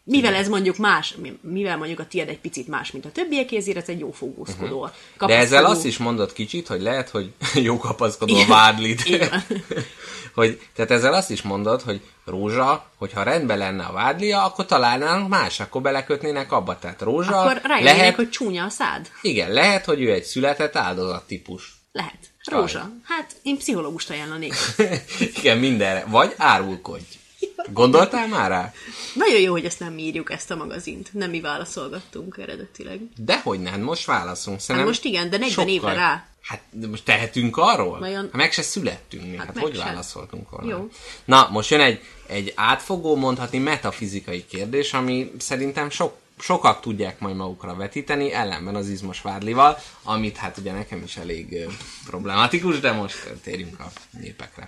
Mivel ez mondjuk más, mivel mondjuk a tiéd egy picit más, mint a többieké, ezért ez egy jó fogózkodó. Uh-huh. Kapaszkodó. De ezzel azt is mondod kicsit, hogy lehet, hogy jó kapaszkodó a vádlit. hogy, tehát ezzel azt is mondod, hogy Rózsa, hogyha rendben lenne a vádlia, akkor találnának más, akkor belekötnének abba. Tehát Rózsa akkor rájönnének, lehet, hogy csúnya a szád. Igen, lehet, hogy ő egy született áldozattípus. Lehet. Rózsa. Hát én pszichológust ajánlanék. Igen, mindenre. Vagy árulkodj. Gondoltál már rá? Nagyon jó, hogy ezt nem mi írjuk, ezt a magazint. Nem mi válaszolgattunk eredetileg. Dehogy nem, most válaszolunk. Hát most igen, de negyven sokkal... évre rá. Hát de most tehetünk arról? Vajon... Hát meg se születtünk mi. Hát, hát hogy se. válaszoltunk volna? Jó. Na, most jön egy, egy átfogó, mondhatni metafizikai kérdés, ami szerintem sok sokak tudják majd magukra vetíteni, ellenben az izmos vádlival, amit hát ugye nekem is elég uh, problematikus, de most térjünk a népekre.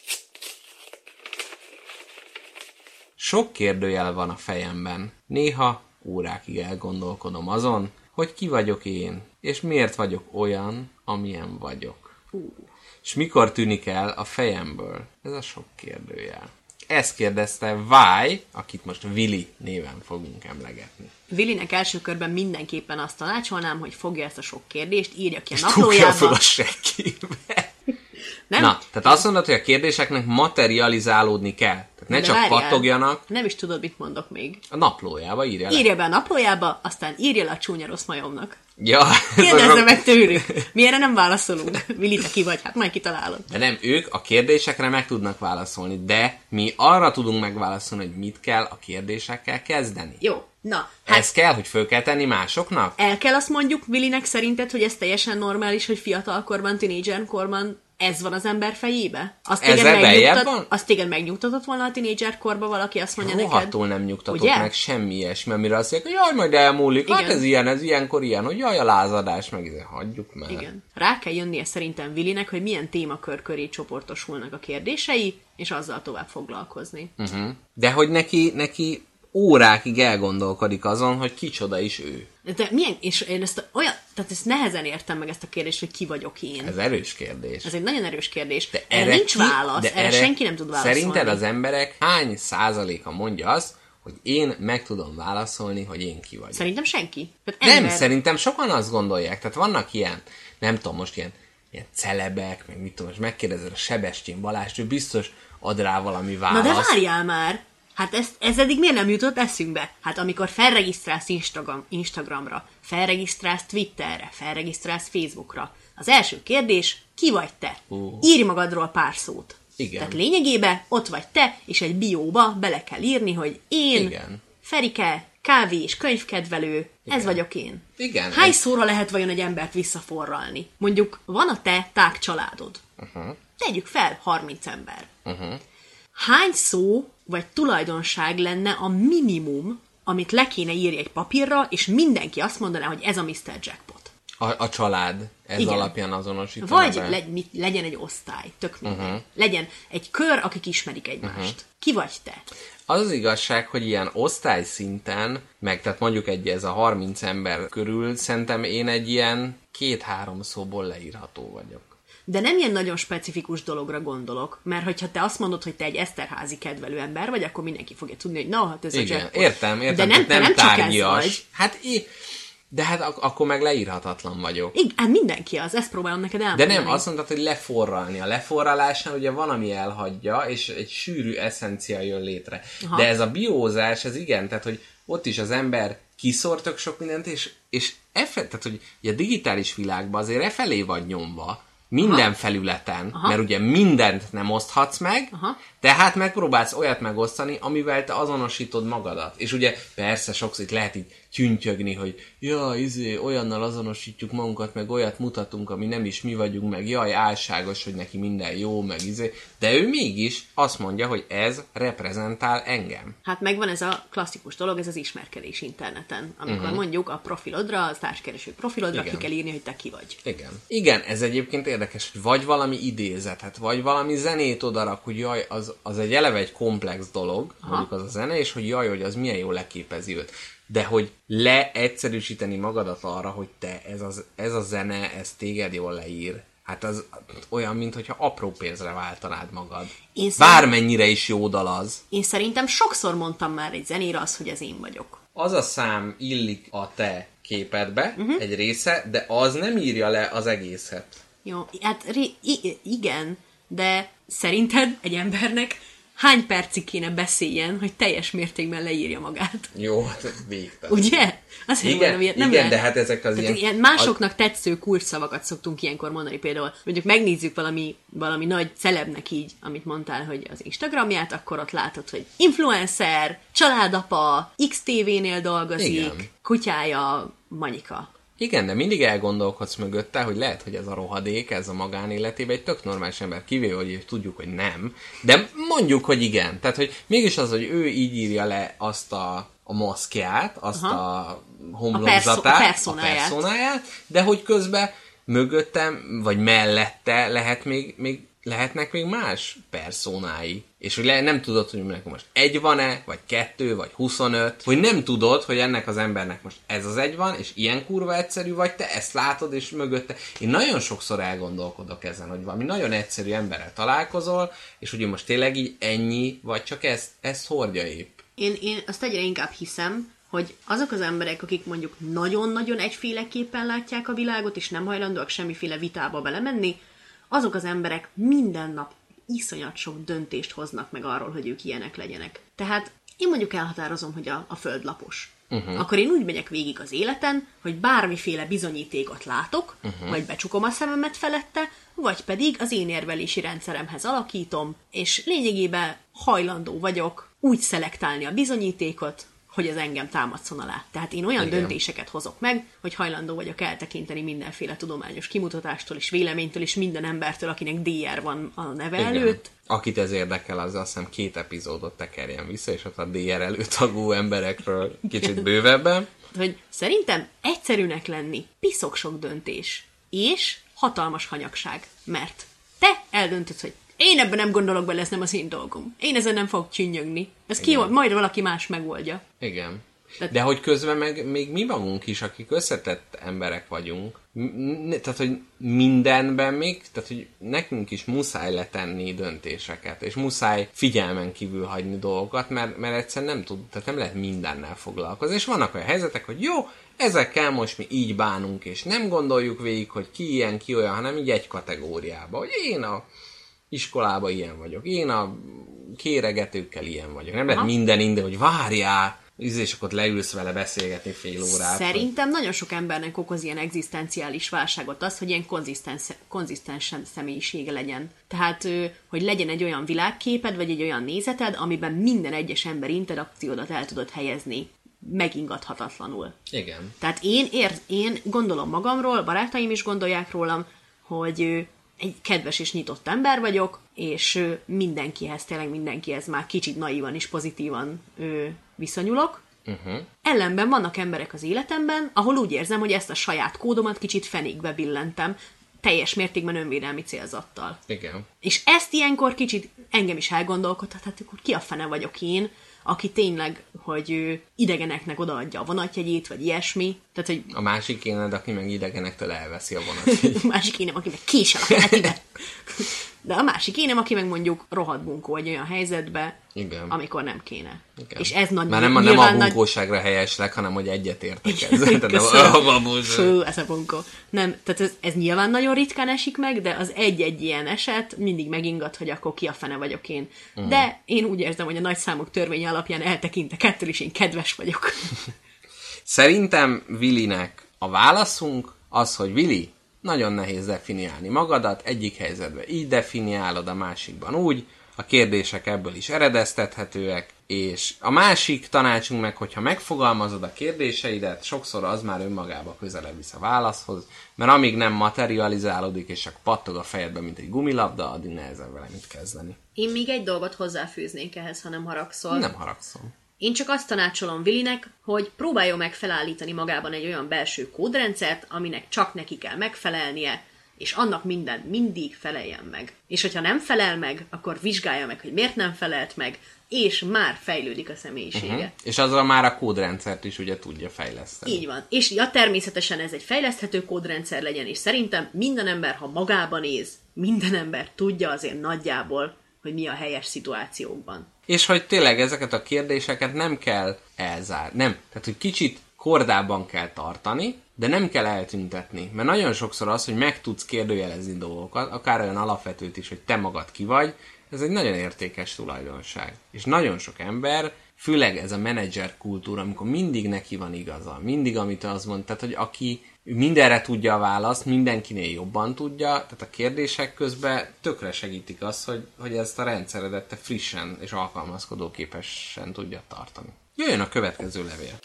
Sok kérdőjel van a fejemben. Néha órákig elgondolkodom azon, hogy ki vagyok én, és miért vagyok olyan, amilyen vagyok. Uh. És mikor tűnik el a fejemből ez a sok kérdőjel. Ezt kérdezte Váj, akit most Vili néven fogunk emlegetni. Vilinek első körben mindenképpen azt tanácsolnám, hogy fogja ezt a sok kérdést, írja ki a és naplójába. És fel a segkébe. Nem? Na, tehát azt mondod, hogy a kérdéseknek materializálódni kell. Tehát ne de csak várjál, pattogjanak. Nem is tudod, mit mondok még. A naplójába írja le. Írja be a naplójába, aztán írja le a csúnya rossz majomnak. Ja, kérdezze a... meg tőlük. Mi erre nem válaszolunk. Vili, te ki vagy? Hát majd kitalálod. De nem, ők a kérdésekre meg tudnak válaszolni, de mi arra tudunk megválaszolni, hogy mit kell a kérdésekkel kezdeni. Jó. Na, hát ez kell, hogy föl kell tenni másoknak? El kell azt mondjuk Vilinek szerinted, hogy ez teljesen normális, hogy fiatalkorban, tínédzserkorban ez van az ember fejébe? Azt téged, megnyugtat, azt téged megnyugtatott volna a tínédzserkorban valaki, azt mondja rohadtul neked? Rohadtul nem nyugtatott ugye? Meg semmi ilyesmi, amire azt mondják, hogy jaj, majd elmúlik, igen. Hát ez ilyen, ez ilyenkor ilyen, hogy jaj, a lázadás, meg ide hagyjuk már. Igen. Rá kell jönnie szerintem Vilinek, hogy milyen témakör köré csoportosulnak a kérdései, és azzal tovább foglalkozni. Uh-huh. De hogy neki, neki órákig elgondolkodik azon, hogy kicsoda is ő. De milyen, és én ezt olyan, tehát ezt nehezen értem meg ezt a kérdést, hogy ki vagyok én. Ez erős kérdés. Ez egy nagyon erős kérdés. De erre, erre nincs válasz, de erre, erre senki nem tud válaszolni. Szerinted az emberek hány százaléka mondja azt, hogy én meg tudom válaszolni, hogy én ki vagyok? Szerintem senki. Tehát nem, ember... szerintem sokan azt gondolják. Tehát vannak ilyen, nem tudom, most ilyen, ilyen celebek, meg mit tudom, most megkérdezed a Sebestyén Balást, ő biztos ad rá valami választ. Na de várjál már! Hát ez, ez eddig miért nem jutott eszünkbe? Hát amikor felregisztrálsz Instagram, Instagramra, felregisztrálsz Twitterre, felregisztrálsz Facebookra, az első kérdés, ki vagy te? Uh. Írj magadról pár szót. Igen. Tehát lényegében ott vagy te, és egy bióba bele kell írni, hogy én, igen. Ferike, kávé és könyvkedvelő, igen. Ez vagyok én. Igen. Hány ez... szóra lehet vajon egy embert visszaforralni? Mondjuk van a te tág családod. Uh-huh. Tegyük fel, harminc ember. Uh-huh. Hány szó vagy tulajdonság lenne a minimum, amit le kéne írni egy papírra, és mindenki azt mondaná, hogy ez a miszter Jackpot. A, a család ez igen. alapján azonosítaná. Vagy le, mit, legyen egy osztály, tök minden. Uh-huh. Legyen egy kör, akik ismerik egymást. Uh-huh. Ki vagy te? Az az igazság, hogy ilyen osztályszinten, meg tehát mondjuk egy ez a harminc ember körül, szerintem én egy ilyen két-három szóból leírható vagyok. De nem ilyen nagyon specifikus dologra gondolok, mert hogyha te azt mondod, hogy te egy Eszterházi kedvelő ember vagy, akkor mindenki fogja tudni, hogy na, hát ez igen, a Jackpot. értem, értem. De nem, nem, nem tárgyias. Csak ez vagy. Hát í- de hát ak- akkor meg leírhatatlan vagyok. Igen, hát mindenki az, ezt próbálom neked elmondani. De nem, azt mondtad, hogy leforralni. A leforralásnál ugye van, ami elhagyja, és egy sűrű eszencia jön létre. Aha. De ez a biózás, ez igen, tehát hogy ott is az ember kiszór tök sok mindent, és, és efe, tehát hogy a digitális világban azért e felé vagy nyomva, minden aha. felületen, aha. mert ugye mindent nem oszthatsz meg, aha. tehát megpróbálsz olyat megosztani, amivel te azonosítod magadat. És ugye persze sokszor itt lehet így tyüntyögni, hogy jaj, izé, olyannal azonosítjuk magunkat, meg olyat mutatunk, ami nem is mi vagyunk, meg jaj, álságos, hogy neki minden jó, meg izé. De ő mégis azt mondja, hogy ez reprezentál engem. Hát megvan ez a klasszikus dolog, ez az ismerkedés interneten. Amikor uh-huh. mondjuk a profilodra, a társkereső profilodra igen. ki kell írni, hogy te ki vagy. Igen. Igen, ez egyébként érdekes, hogy vagy valami idézetet, vagy valami zenét odarak, hogy jaj, az, az egy eleve egy komplex dolog, aha. mondjuk az a zene, és hogy jaj, hogy az milyen jól leképezi őt. De hogy leegyszerűsíteni magadat arra, hogy te, ez, az, ez a zene, ez téged jól leír, hát az olyan, mintha apró pénzre váltanád magad. Én szerint... Bármennyire is jó dal az. Én szerintem sokszor mondtam már egy zenére az, hogy ez én vagyok. Az a szám illik a te képedbe, uh-huh. egy része, de az nem írja le az egészet. Jó, hát ri- i- igen, de szerinted egy embernek hány percig kéne beszéljen, hogy teljes mértékben leírja magát? Jó, hát végtelen. Ugye? Azért igen, mondom, ilyet nem igen lehet. de hát ezek az ilyen... ilyen másoknak tetsző kulcsszavakat szoktunk ilyenkor mondani, például mondjuk megnézzük valami, valami nagy celebnek így, amit mondtál, hogy az Instagramját, akkor ott látod, hogy influencer, családapa, X té vé-nél dolgozik, igen. Kutyája, Manyika. Igen, de mindig elgondolkodsz mögötte, hogy lehet, hogy ez a rohadék, ez a magánéletében egy tök normális ember, kivéve, hogy tudjuk, hogy nem, de mondjuk, hogy igen. Tehát, hogy mégis az, hogy ő így írja le azt a, a maszkját, azt Aha. a homlokzatát, a, perso- a, personáját. a personáját, de hogy közben mögöttem, vagy mellette lehet még, még lehetnek még más personái. És hogy le, nem tudod, hogy nekem most egy van-e, vagy kettő, vagy huszonöt, hogy nem tudod, hogy ennek az embernek most ez az egy van, és ilyen kurva egyszerű, vagy te ezt látod, és mögötte. Én nagyon sokszor elgondolkodok ezen, hogy valami nagyon egyszerű emberrel találkozol, és hogy most tényleg így ennyi, vagy csak ezt, ezt hordja épp. Én, én azt egyre inkább hiszem, hogy azok az emberek, akik mondjuk nagyon-nagyon egyféleképpen látják a világot, és nem hajlandóak semmiféle vitába belemenni, azok az emberek minden nap iszonyat sok döntést hoznak meg arról, hogy ők ilyenek legyenek. Tehát én mondjuk elhatározom, hogy a, a föld lapos. Uh-huh. Akkor én úgy megyek végig az életen, hogy bármiféle bizonyítékot látok, uh-huh. vagy becsukom a szememet felette, vagy pedig az én érvelési rendszeremhez alakítom, és lényegében hajlandó vagyok úgy szelektálni a bizonyítékot, hogy ez engem támadszon alá. Tehát én olyan Igen. döntéseket hozok meg, hogy hajlandó vagyok eltekinteni mindenféle tudományos kimutatástól és véleménytől és minden embertől, akinek dé er van a neve Igen. előtt. Akit ez érdekel, az azt hiszem két epizódot tekerjen vissza, és ott a dé er előtagú emberekről kicsit bővebben. Hogy szerintem egyszerűnek lenni piszok sok döntés, és hatalmas hanyagság, mert te eldöntöd, hogy én ebben nem gondolok bele, ez nem az én dolgom. Én ezen nem fogok csünnyögni. Ez ki, majd valaki más megoldja. Igen. Tehát... De hogy közben meg még mi magunk is, akik összetett emberek vagyunk, m- tehát, hogy mindenben még, tehát, hogy nekünk is muszáj letenni döntéseket, és muszáj figyelmen kívül hagyni dolgokat, mert, mert egyszerűen nem tud, tehát nem lehet mindennel foglalkozni. És vannak olyan helyzetek, hogy jó, ezekkel most mi így bánunk, és nem gondoljuk végig, hogy ki ilyen, ki olyan, hanem így egy kategóriába, hogy én a iskolában ilyen vagyok. Én a kéregetőkkel ilyen vagyok. Nem lehet minden inde, hogy várjál, és akkor leülsz vele beszélgetni fél órát. Szerintem vagy... nagyon sok embernek okoz ilyen egzisztenciális válságot az, hogy ilyen konzisztens, konzisztens személyisége legyen. Tehát, hogy legyen egy olyan világképed, vagy egy olyan nézeted, amiben minden egyes ember interakciódat el tudod helyezni megingathatatlanul. Igen. Tehát én, ér, én gondolom magamról, barátaim is gondolják rólam, hogy egy kedves és nyitott ember vagyok, és mindenkihez, tényleg mindenkihez már kicsit naívan és pozitívan ö, viszonyulok. Uh-huh. Ellenben vannak emberek az életemben, ahol úgy érzem, hogy ezt a saját kódomat kicsit fenékbe billentem, teljes mértékben önvédelmi célzattal. Igen. És ezt ilyenkor kicsit engem is elgondolkodhat, hát akkor ki a fene vagyok én, aki tényleg, hogy ő idegeneknek odaadja a vonatjegyét, vagy ilyesmi. Tehát, hogy... A másik éned, aki meg idegenektől elveszi a vonatjegyét. A másik énem, aki meg késel a keletibe. De a másik énem, aki meg mondjuk rohadt bunkó egy olyan helyzetbe, Igen. amikor nem kéne. Igen. És ez nagy... Már nem, nem a bunkóságra nagy... helyeslek, hanem hogy egyetértek ezzel. Fő, ez a bunkó. Nem, tehát ez, ez nyilván nagyon ritkán esik meg, de az egy-egy ilyen eset mindig megingat, hogy akkor ki a fene vagyok én. Uh-huh. De én úgy érzem, hogy a nagyszámok törvénye alapján eltekintek ettől is, én kedves vagyok. Szerintem Willinek a válaszunk az, hogy Willi, nagyon nehéz definiálni magadat, egyik helyzetben így definiálod, a másikban úgy, a kérdések ebből is eredeztethetőek, és a másik tanácsunk meg, hogyha megfogalmazod a kérdéseidet, sokszor az már önmagába közelebb visz a válaszhoz, mert amíg nem materializálódik, és csak pattog a fejedbe, mint egy gumilabda, addig nehezebb vele mit kezdeni. Én még egy dolgot hozzáfűznék ehhez, ha nem haragszol. Nem haragszom. Én csak azt tanácsolom Willinek, hogy próbáljon meg felállítani magában egy olyan belső kódrendszert, aminek csak neki kell megfelelnie, és annak minden mindig feleljen meg. És hogyha nem felel meg, akkor vizsgálja meg, hogy miért nem felelt meg, és már fejlődik a személyisége. Uh-huh. És azzal már a kódrendszert is ugye tudja fejleszteni. Így van. És ja, természetesen ez egy fejleszthető kódrendszer legyen, és szerintem minden ember, ha magába néz, minden ember tudja azért nagyjából, hogy mi a helyes szituációkban. És hogy tényleg ezeket a kérdéseket nem kell elzárni. Nem. Tehát, hogy kicsit kordában kell tartani, de nem kell eltüntetni. Mert nagyon sokszor az, hogy meg tudsz kérdőjelezni dolgokat, akár olyan alapvetőt is, hogy te magad ki vagy, ez egy nagyon értékes tulajdonság. És nagyon sok ember, főleg ez a menedzser kultúra, amikor mindig neki van igaza, mindig amit az mond, tehát hogy aki mindenre tudja a választ, mindenkinél jobban tudja, tehát a kérdések közben tökre segítik azt, hogy, hogy ezt a rendszeredet te frissen és alkalmazkodóképesen tudja tartani. Jöjjön a következő levél.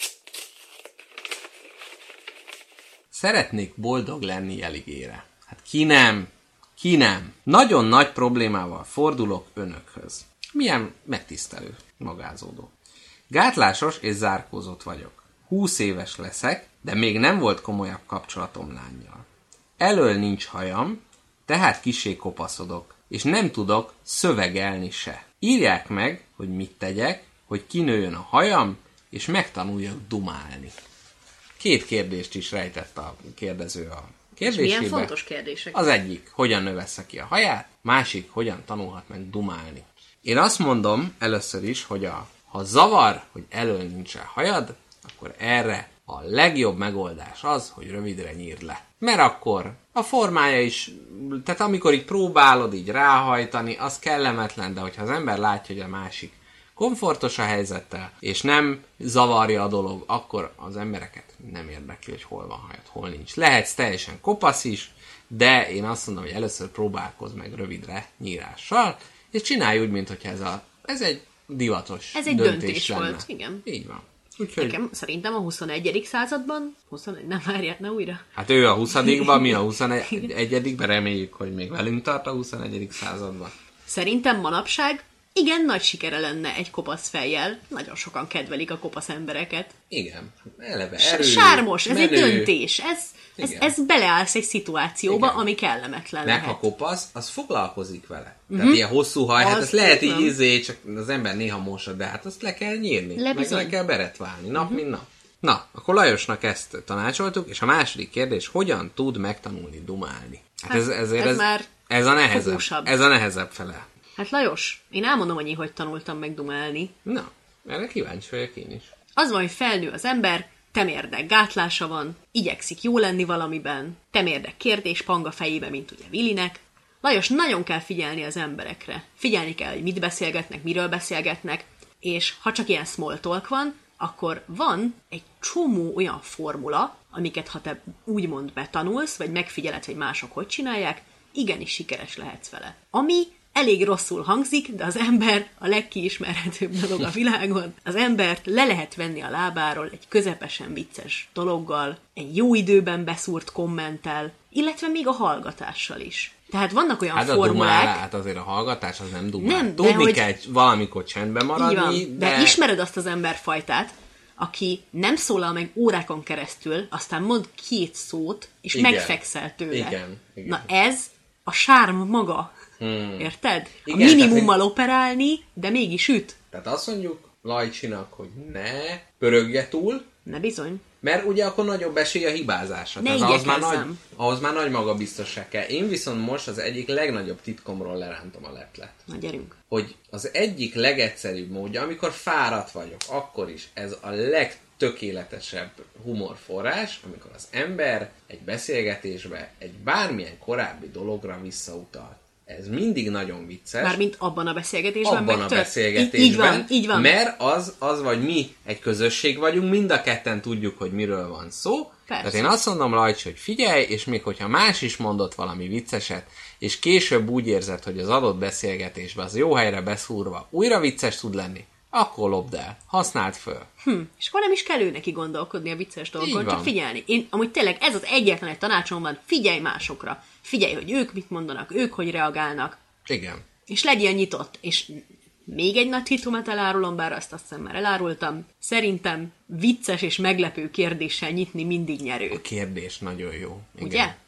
Szeretnék boldog lenni jeligére. Hát ki nem? Ki nem? Nagyon nagy problémával fordulok önökhöz. Milyen megtisztelő, magázódó. Gátlásos és zárkózott vagyok. Húsz éves leszek, de még nem volt komolyabb kapcsolatom lánnyal. Elől nincs hajam, tehát kissé kopaszodok, és nem tudok szövegelni se. Írják meg, hogy mit tegyek, hogy kinőjön a hajam, és megtanuljak dumálni. Két kérdést is rejtett a kérdező a kérdésébe. És milyen fontos kérdések? Az egyik, hogyan növessze ki a haját, másik, hogyan tanulhat meg dumálni. Én azt mondom először is, hogy a, ha zavar, hogy elől nincsen hajad, akkor erre a legjobb megoldás az, hogy rövidre nyírd le. Mert akkor a formája is, tehát amikor így próbálod így ráhajtani, az kellemetlen, de hogyha az ember látja, hogy a másik komfortos a helyzettel, és nem zavarja a dolog, akkor az embereket nem érdekli, hogy hol van hajad, hol nincs. Lehetsz teljesen kopasz is, de én azt mondom, hogy először próbálkozz meg rövidre nyírással, és csinálj úgy, mintha ez, a, ez egy divatos Ez egy döntés, döntés lenne. volt, igen. Így van. Úgyhogy... Nekem szerintem a huszonegyedik században, huszonegy, nem várját, ne újra. Hát ő a huszadikban, mi a huszonegyedikben, reméljük, hogy még velünk tart a huszonegyedik században. Szerintem manapság igen nagy sikere lenne egy kopasz fejjel. Nagyon sokan kedvelik a kopasz embereket. Igen. Eleve erő, Sármos, ez menő. egy döntés. Ez, ez, ez beleállsz egy szituációba, Igen. ami kellemetlen Meg lehet. ha kopasz, az foglalkozik vele. Uh-huh. Tehát ilyen hosszú haj, hát Az ezt lehet így nem. izé, csak az ember néha mossa, de hát azt le kell nyírni. Le meg le kell beretválni, nap uh-huh. mint nap. Na, akkor Lajosnak ezt tanácsoltuk, és a második kérdés, hogyan tud megtanulni dumálni? Hát, hát ez, ezért ez, ez, már ez a nehezebb. fogósabb. Ez a nehezebb fele. Hát Lajos, én elmondom, hogy hogy tanultam meg dumálni. Na, erre kíváncsi vagyok én is. Az van, hogy felnő az ember, temérdek gátlása van, igyekszik jó lenni valamiben, temérdek kérdés pang a fejébe, mint ugye Willinek. Lajos, nagyon kell figyelni az emberekre. Figyelni kell, hogy mit beszélgetnek, miről beszélgetnek, és ha csak ilyen small talk van, akkor van egy csomó olyan formula, amiket ha te úgymond betanulsz, vagy megfigyeled, hogy mások hogy csinálják, igenis sikeres lehetsz vele. Ami elég rosszul hangzik, de az ember a legkiismerhetőbb dolog a világon. Az embert le lehet venni a lábáról egy közepesen vicces dologgal, egy jó időben beszúrt kommenttel, illetve még a hallgatással is. Tehát vannak olyan hát formulák... Dumál, hát azért a hallgatás az nem dumál. Nem, Tudni hogy... kell valamikor csendben maradni, van, de... de... de ismered azt az emberfajtát, aki nem szólal meg órákon keresztül, aztán mond két szót, és igen. megfekszel tőle. Igen, igen. Na ez a sárm maga. Hmm. Érted? Igen, a minimummal tehát, operálni, de mégis üt. Tehát azt mondjuk Lajcsinak, hogy ne pörögje túl, Ne bizony. mert ugye akkor nagyobb esély a hibázásra. Ne Tehát ahhoz már, nagy, igyekezzem. ahhoz már nagy magabiztosság kell. Én viszont most az egyik legnagyobb titkomról lerántom a leplet. Na gyerünk. Hogy az egyik legegyszerűbb módja, amikor fáradt vagyok, akkor is ez a legtökéletesebb humorforrás, amikor az ember egy beszélgetésbe egy bármilyen korábbi dologra visszautal. Ez mindig nagyon vicces. Mármint abban a beszélgetésben Abban megtört. a beszélgetésben. Így, így van, így van. Mert az, az vagy mi egy közösség vagyunk, mind a ketten tudjuk, hogy miről van szó. Persze. Tehát én azt mondom, Lajcsi, hogy figyelj, és még hogyha más is mondott valami vicceset, és később úgy érzed, hogy az adott beszélgetésben az jó helyre beszúrva újra vicces tud lenni, akkor lopd el, használd föl. Hm. És akkor nem is kell ő neki gondolkodni a vicces dolgon, Így csak van. figyelni. Én amúgy tényleg ez az egyetlen egy tanácsom van, figyelj másokra. Figyelj, hogy ők mit mondanak, ők hogy reagálnak. Igen. És legyél nyitott. És még egy nagy titkomat elárulom, bár azt azt hiszem már elárultam. Szerintem vicces és meglepő kérdéssel nyitni mindig nyerő. A kérdés nagyon jó. Igen. Ugye?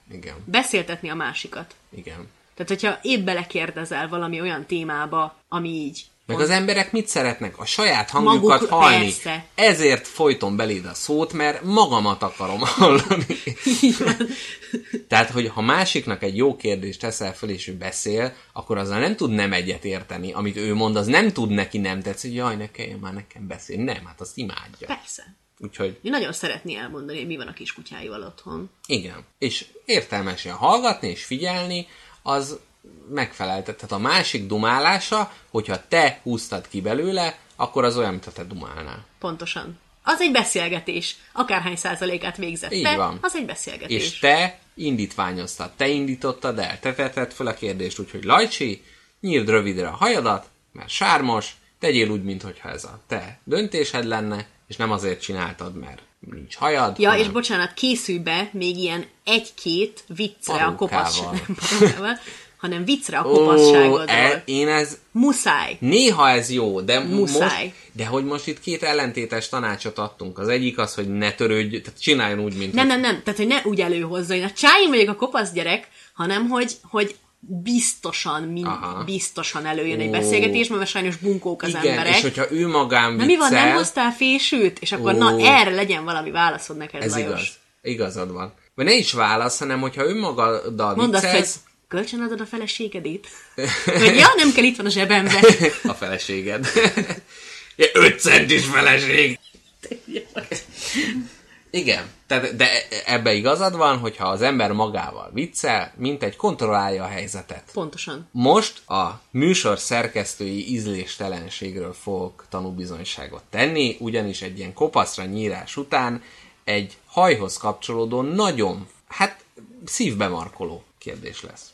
Igen. Beszéltetni a másikat. Igen. Tehát, hogyha épp belekérdezel valami olyan témába, ami így... Meg pont... az emberek mit szeretnek? A saját hangjukat Maguk, hallni. persze. Ezért folyton beléd a szót, mert magamat akarom hallani. Tehát, hogy ha másiknak egy jó kérdést teszel föl, és ő beszél, akkor azzal nem tud nem egyet érteni. Amit ő mond, az nem tud neki nem tetszeni, hogy jaj, ne kelljen már nekem beszélni. Nem, hát azt imádja. Persze. Úgyhogy... Én nagyon szeretné elmondani, hogy mi van a kiskutyáival otthon. Igen. És értelmesen hallgatni és figyelni, az megfeleltet. Tehát a másik dumálása, hogyha te húztad ki belőle, akkor az olyan, mint ha te dumálnál. Pontosan. Az egy beszélgetés. Akárhány százalékát végzette, Így van. az egy beszélgetés. És te indítványoztad, te indítottad el, te tetted fel a kérdést, úgyhogy Lajcsi, nyírd rövidre a hajadat, mert sármos, tegyél úgy, mintha ez a te döntésed lenne, és nem azért csináltad, mert nincs hajad. Ja, hanem... és bocsánat, készülj be még ilyen egy-két viccre a Parókával. kopassággal, hanem viccre a kopasságodról. E, én ez... Muszáj. Néha ez jó, de Muszáj. most... De hogy most itt két ellentétes tanácsot adtunk. Az egyik az, hogy ne törődj, tehát csináljon úgy, mint... Nem, hogy... nem, nem, tehát hogy ne úgy előhozza, hogy a csáim vagyok a kopasz gyerek, hanem hogy, hogy biztosan, mind, biztosan előjön egy Ó. beszélgetés, mert sajnos bunkók az Igen, emberek. és hogyha ő magán Na viccel... mi van, nem hoztál fésült? És akkor Ó. na erre legyen valami válaszod neked, Ez Lajos. igaz. Igazad van. Vagy ne is válasz, hanem hogyha önmagaddal Mondd azt, hogy viccelsz... kölcsönadod a feleségedét? Vagy ja, nem kell, itt van a zsebembe. A feleséged. öt centis feleség. Igen, tehát, de ebbe igazad van, hogyha az ember magával viccel, mint egy kontrollálja a helyzetet. Pontosan. Most a műsor szerkesztői ízléstelenségről fogok tanúbizonyságot tenni, ugyanis egy ilyen kopaszra nyírás után egy hajhoz kapcsolódó nagyon, hát szívbe markoló kérdés lesz.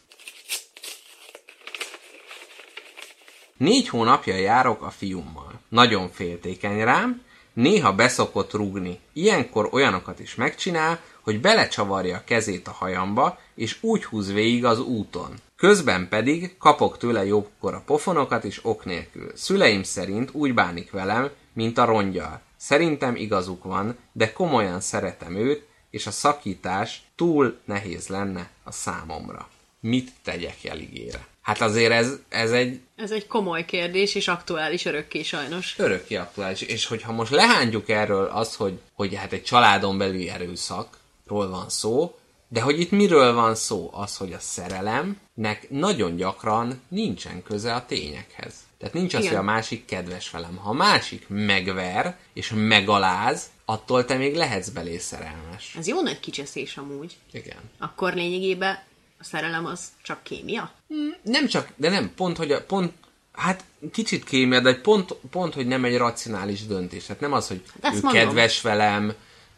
Négy hónapja járok a fiúmmal. Nagyon féltékeny rám, néha beszokott rúgni. Ilyenkor olyanokat is megcsinál, hogy belecsavarja a kezét a hajamba, és úgy húz végig az úton. Közben pedig kapok tőle jobbkora pofonokat is ok nélkül. Szüleim szerint úgy bánik velem, mint a rongyal. Szerintem igazuk van, de komolyan szeretem őt, és a szakítás túl nehéz lenne a számomra. Mit tegyek Jeligére? Hát azért ez, ez egy... Ez egy komoly kérdés, és aktuális örökké sajnos. Örökké aktuális. És hogyha most lehántjuk erről azt, hogy, hogy hát egy családon belüli erőszakról van szó, de hogy itt miről van szó? Az, hogy a szerelemnek nagyon gyakran nincsen köze a tényekhez. Tehát nincs az, Igen. hogy a másik kedves velem. Ha a másik megver és megaláz, attól te még lehetsz belé szerelmes. Ez jó nagy kicseszés amúgy. Igen. Akkor lényegében a szerelem az csak kémia? Nem csak, de nem, pont, hogy a, pont, hát kicsit kémia, de pont, pont, hogy nem egy racionális döntés. Hát nem az, hogy Ezt ő mondom. kedves velem,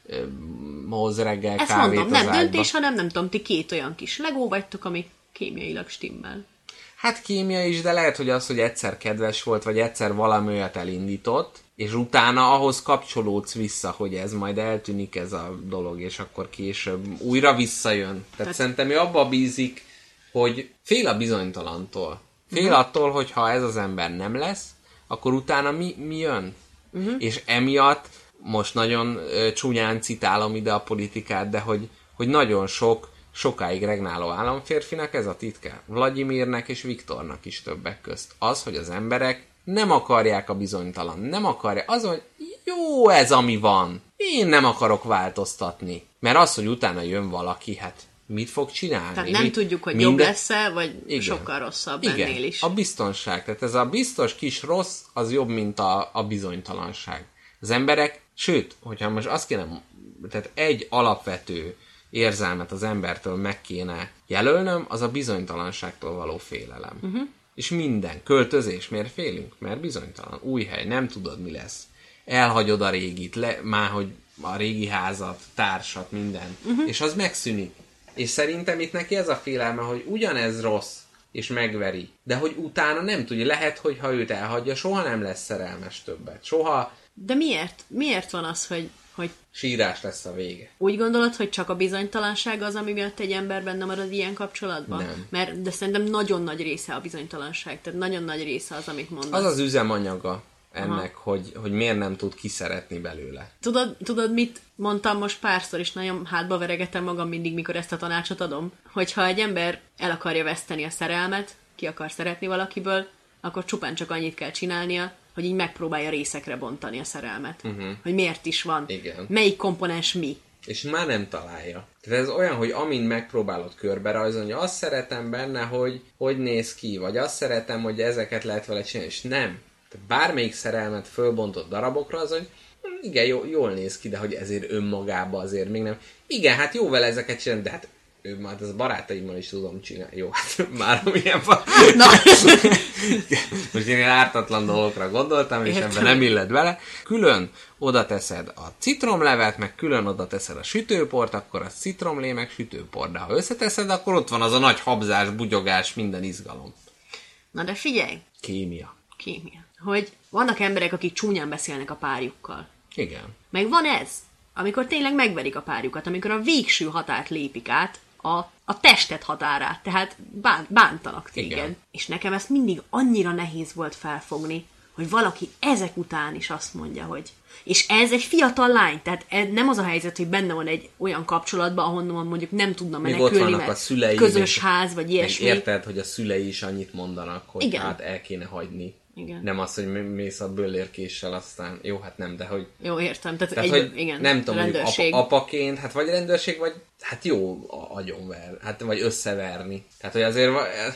hoz reggel Ezt kávét mondom, az nem ágyba. döntés, hanem nem tudom, ti két olyan kis legó vagytok, ami kémiailag stimmel. Hát kémia is, de lehet, hogy az, hogy egyszer kedves volt, vagy egyszer valami olyat elindított, és utána ahhoz kapcsolódsz vissza, hogy ez majd eltűnik ez a dolog, és akkor később újra visszajön. Tehát, Tehát... szerintem ő abba bízik, hogy fél a bizonytalantól. Fél uh-huh. attól, hogy ha ez az ember nem lesz, akkor utána mi, mi jön? Uh-huh. És emiatt, most nagyon ö, csúnyán citálom ide a politikát, de hogy, hogy nagyon sok sokáig regnáló államférfinak ez a titka. Vlagyimirnek és Viktornak is többek közt. Az, hogy az emberek nem akarják a bizonytalan, nem akarják. Az, hogy jó ez, ami van. Én nem akarok változtatni. Mert az, hogy utána jön valaki, hát mit fog csinálni? Tehát nem mit, tudjuk, hogy minden... jobb lesz-e, vagy Igen. sokkal rosszabb Igen. ennél is. A biztonság. Tehát ez a biztos kis rossz, az jobb, mint a, a bizonytalanság. Az emberek, sőt, hogyha most azt kéne, tehát egy alapvető érzelmet az embertől meg kéne jelölnöm, az a bizonytalanságtól való félelem. Uh-huh. És minden. Költözés, miért félünk? Mert bizonytalan. Új hely, nem tudod, mi lesz. Elhagyod a régit, le, már hogy a régi házat, társat, minden. Uh-huh. És az megszűnik. És szerintem itt neki ez a félelme, hogy ugyanez rossz, és megveri. De hogy utána nem tudja. Lehet, hogy ha őt elhagyja, soha nem lesz szerelmes többet. Soha... De miért? Miért van az, hogy, hogy sírás lesz a vége. úgy gondolod, hogy csak a bizonytalanság az, ami miatt egy ember benne marad ilyen kapcsolatban? Nem. Mert, de szerintem nagyon nagy része a bizonytalanság. Tehát nagyon nagy része az, amit mondasz. Az az üzemanyaga. ennek, hogy, hogy miért nem tud kiszeretni belőle. Tudod, tudod, mit mondtam most párszor, és nagyon hátba veregetem magam mindig, mikor ezt a tanácsot adom? Hogyha egy ember el akarja veszteni a szerelmet, ki akar szeretni valakiből, akkor csupán csak annyit kell csinálnia, hogy így megpróbálja részekre bontani a szerelmet. Uh-huh. Hogy miért is van. Igen. Melyik komponens mi. És már nem találja. Tehát ez olyan, hogy amint megpróbálod körbe rajzolni, azt szeretem benne, hogy hogy néz ki, vagy azt szeretem, hogy ezeket lehet vele csinálni, és nem. Tehát bármelyik szerelmet fölbontott darabokra, az, hogy igen, jó, jól néz ki, de hogy ezért önmagában azért még nem. Igen, hát jó vele ezeket csinálni, de hát ő már az a barátaimmal is tudom csinálni. Jó, hát már milyen van. Na. Most én ártatlan dolgokra gondoltam, és ebben nem illet bele. Külön oda teszed a citromlevet, meg külön oda teszed a sütőport, akkor az citromlé, meg sütőpor. De ha összeteszed, akkor ott van az a nagy habzás, bugyogás, minden izgalom. Na de figyelj! Kémia. Kémia. Hogy vannak emberek, akik csúnyán beszélnek a párjukkal. Igen. Meg van ez, amikor tényleg megverik a párjukat, amikor a végső határt lépik át, a, a testet határát, tehát bán, bántanak téged. Igen. És nekem ezt mindig annyira nehéz volt felfogni, hogy valaki ezek után is azt mondja, hogy... És ez egy fiatal lány, tehát nem az a helyzet, hogy benne van egy olyan kapcsolatban, ahonnan mondjuk nem tudna menekülni, mert a szülei, közös ház, vagy ilyesmi. Érted, hogy a szülei is annyit mondanak, hogy igen. Hát el kéne hagyni. Igen. Nem az, hogy mész a böllérkéssel, aztán jó, hát nem, de hogy... Jó, értem. Tehát, tehát egy, hogy igen, nem tudom, rendőrség. Apa, apaként, hát vagy rendőrség, vagy hát jó agyonver, hát vagy összeverni. Tehát, hogy azért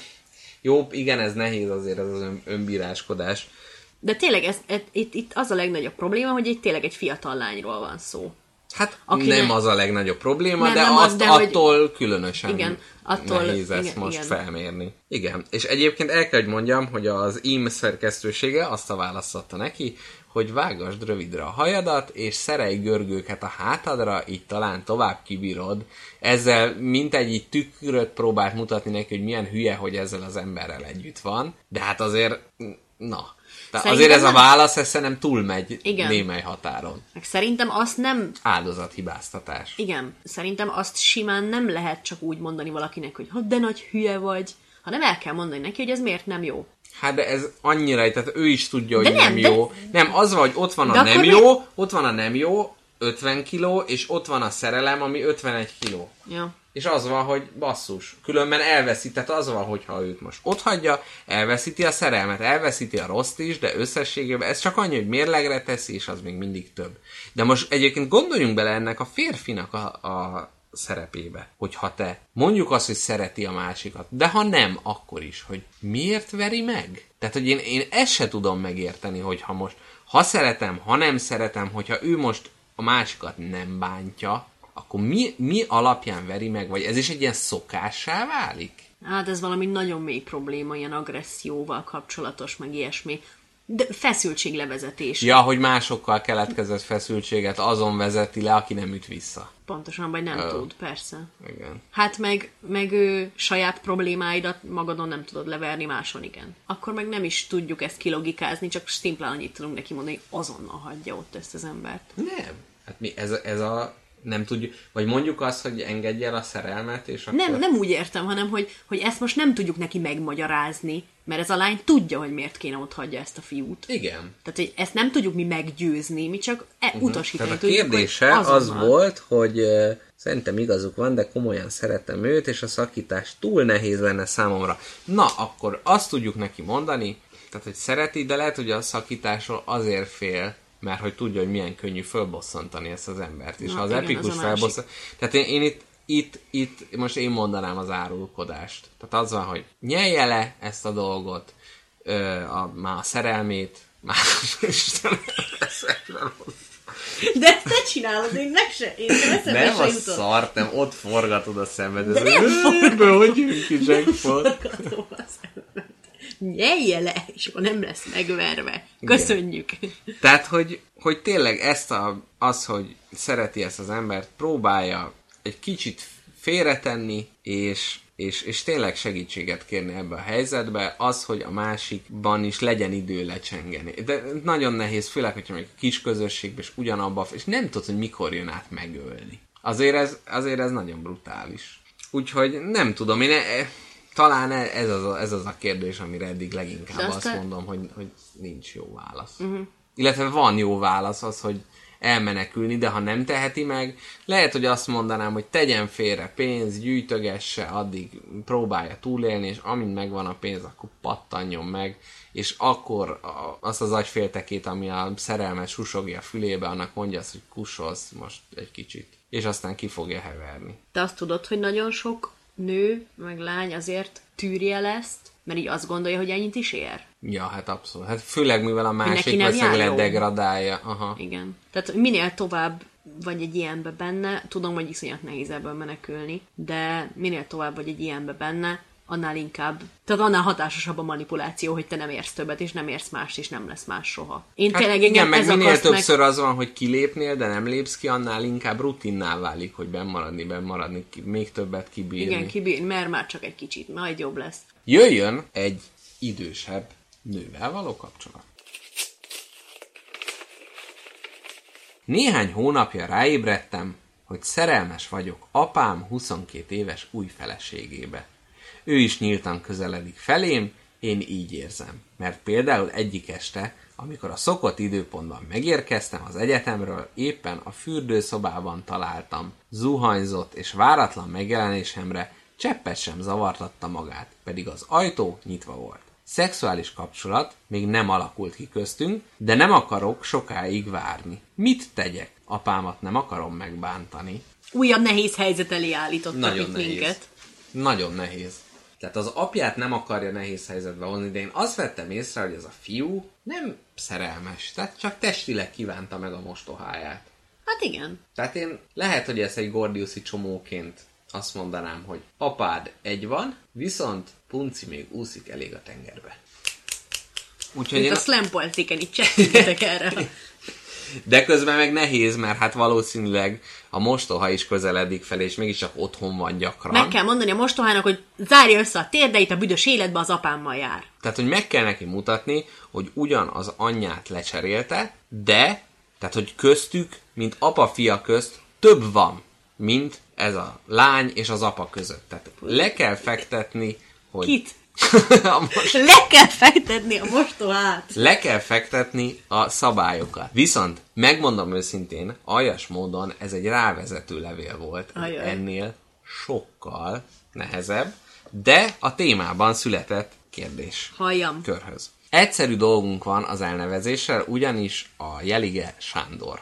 jó, igen, ez nehéz azért, ez az ön, önbíráskodás. De tényleg ez, ez, itt, itt az a legnagyobb probléma, hogy itt tényleg egy fiatal lányról van szó. Hát nem az a legnagyobb probléma, nem, nem, de nem azt az, de attól hogy... különösen igen, attól, nehéz ezt igen, most igen. felmérni. Igen, és egyébként el kell, hogy mondjam, hogy az í em szerkesztősége azt a választ adta neki, hogy vágasd rövidre a hajadat, és szerelj görgőket a hátadra, így talán tovább kibírod. Ezzel mintegy így tükröt próbált mutatni neki, hogy milyen hülye, hogy ezzel az emberrel együtt van, de hát azért, na... Azért ez nem... a válasz, ez szerintem túlmegy igen. némely határon. Meg szerintem azt nem... Áldozathibáztatás. Igen. Szerintem azt simán nem lehet csak úgy mondani valakinek, hogy de nagy hülye vagy, hanem el kell mondani neki, hogy ez miért nem jó. Hát de ez annyira, tehát ő is tudja, hogy de nem, nem jó. De... Nem, az van, hogy ott van a nem jó, mi... ott van a nem jó, ötven kiló, és ott van a szerelem, ami ötvenegy kiló. Ja. És az van, hogy basszus, különben elveszít, tehát az van, hogyha őt most otthagyja, elveszíti a szerelmet, elveszíti a rosszt is, de összességében ez csak annyi, hogy mérlegre teszi, és az még mindig több. De most egyébként gondoljunk bele ennek a férfinak a, a szerepébe, hogyha te mondjuk azt, hogy szereti a másikat, de ha nem, akkor is, hogy miért veri meg? Tehát, hogy én, én ezt se tudom megérteni, hogy ha most, ha szeretem, ha nem szeretem, hogyha ő most a másikat nem bántja, akkor mi, mi alapján veri meg, vagy ez is egy ilyen szokássá válik? Hát ez valami nagyon mély probléma, ilyen agresszióval kapcsolatos, meg ilyesmi. De feszültséglevezetés. Ja, hogy másokkal keletkezett feszültséget azon vezeti le, aki nem üt vissza. Pontosan, vagy nem Ö, tud, persze. Igen. Hát meg, meg ő, saját problémáidat magadon nem tudod leverni, máson igen. Akkor meg nem is tudjuk ezt kilogikázni, csak szimplán annyit tudunk neki mondani, hogy azonnal hagyja ott ezt az embert. Nem. Hát mi, ez, ez a... Nem tudjuk, vagy mondjuk azt, hogy engedje el a szerelmet, és akkor... Nem, nem úgy értem, hanem, hogy, hogy ezt most nem tudjuk neki megmagyarázni, mert ez a lány tudja, hogy miért kéne ott hagyja ezt a fiút. Igen. Tehát, hogy ezt nem tudjuk mi meggyőzni, mi csak uh-huh. utasítani Tehát tudjuk, a kérdése az volt, hogy uh, szerintem igazuk van, de komolyan szeretem őt, és a szakítás túl nehéz lenne számomra. Na, akkor azt tudjuk neki mondani, tehát, hogy szereti, de lehet, hogy a szakításról azért fél, mert hogy tudja, hogy milyen könnyű fölbosszantani ezt az embert. És na, ha az igen, epikus az felbosszant... Tehát én, én itt, itt, itt, most én mondanám az árulkodást. Tehát az van, hogy nyelje le ezt a dolgot, ö, a, már a szerelmét, már Istenem, de ezt te csinálod, én meg se, én nem nem a szart, nem, ott forgatod a szemed. De nem forgatom. Hogy jön ki jackpot? Forgatom a szemed. Nyelje le, és akkor nem lesz megverve. Köszönjük. Igen. Tehát, hogy, hogy tényleg ezt a, az, hogy szereti ezt az embert, próbálja egy kicsit félretenni, és, és, és tényleg segítséget kérni ebbe a helyzetbe, az, hogy a másikban is legyen idő lecsengeni. De nagyon nehéz, főleg, hogyha még kis közösségben, és ugyanabban, és nem tudod, hogy mikor jön át megölni. Azért ez, azért ez nagyon brutális. Úgyhogy nem tudom, én... E, talán ez az a, ez az a kérdés, amire eddig leginkább azt te... mondom, hogy, hogy nincs jó válasz. Uh-huh. Illetve van jó válasz az, hogy elmenekülni, de ha nem teheti meg, lehet, hogy azt mondanám, hogy tegyen félre pénz, gyűjtögesse, addig próbálja túlélni, és amint megvan a pénz, akkor pattanjon meg, és akkor a, azt az agyféltekét, ami a szerelmet susogja a fülébe, annak mondja azt, hogy kussolsz most egy kicsit. És aztán ki fogja heverni. Te azt tudod, hogy nagyon sok nő, meg lány azért tűri el ezt, mert így azt gondolja, hogy ennyit is ér? Ja, hát abszolút. Hát főleg, mivel a másik valószínűleg ledegradálja. Aha. Igen. Tehát minél tovább vagy egy ilyenbe benne, tudom, hogy iszonyat nehéz ebből menekülni, de minél tovább vagy egy ilyenbe benne, annál inkább, tehát annál hatásosabb a manipuláció, hogy te nem érsz többet, és nem érsz mást, és nem lesz más soha. Én hát tényleg igen, meg minél többször meg... az van, hogy kilépnél, de nem lépsz ki, annál inkább rutinná válik, hogy bennmaradni, bennmaradni, ki, még többet kibírni. Igen, kibírni, mert már csak egy kicsit, majd jobb lesz. Jöjjön egy idősebb nővel való kapcsolat. Néhány hónapja ráébredtem, hogy szerelmes vagyok apám huszonkét éves új feleségébe. Ő is nyíltan közeledik felém, én így érzem. Mert például egyik este, amikor a szokott időpontban megérkeztem az egyetemről, éppen a fürdőszobában találtam. Zuhanyzott és váratlan megjelenésemre cseppet sem zavartatta magát, pedig az ajtó nyitva volt. Szexuális kapcsolat még nem alakult ki köztünk, de nem akarok sokáig várni. Mit tegyek? Apámat nem akarom megbántani. Újabb nehéz helyzet elé állítottak Nagyon itt nehéz. minket. Nagyon nehéz. Tehát az apját nem akarja nehéz helyzetbe hozni, de én azt vettem észre, hogy ez a fiú nem szerelmes, tehát csak testileg kívánta meg a mostoháját. Hát igen. Tehát én lehet, hogy ezt egy gordiuszi csomóként azt mondanám, hogy apád egy van, viszont punci még úszik elég a tengerbe. Úgyhogy Mint én... a slam poetiken itt csettintetek erre. De közben meg nehéz, mert hát valószínűleg a mostoha is közeledik fel, és mégiscsak otthon van gyakran. Meg kell mondani a mostohának, hogy zárja össze a térdeit, a büdös életbe az apámmal jár. Tehát, hogy meg kell neki mutatni, hogy ugyan az anyját lecserélte, de, tehát, hogy köztük, mint apa-fia közt több van, mint ez a lány és az apa között. Tehát le kell fektetni, hogy... Kit? most... Le kell fektetni a mostohát. Le kell fektetni a szabályokat. Viszont, megmondom őszintén, aljas módon ez egy rávezető levél volt. Ajaj. Ennél sokkal nehezebb, de a témában született kérdés. Halljam. Körhöz. Egyszerű dolgunk van az elnevezéssel, ugyanis a Jelige Sándor.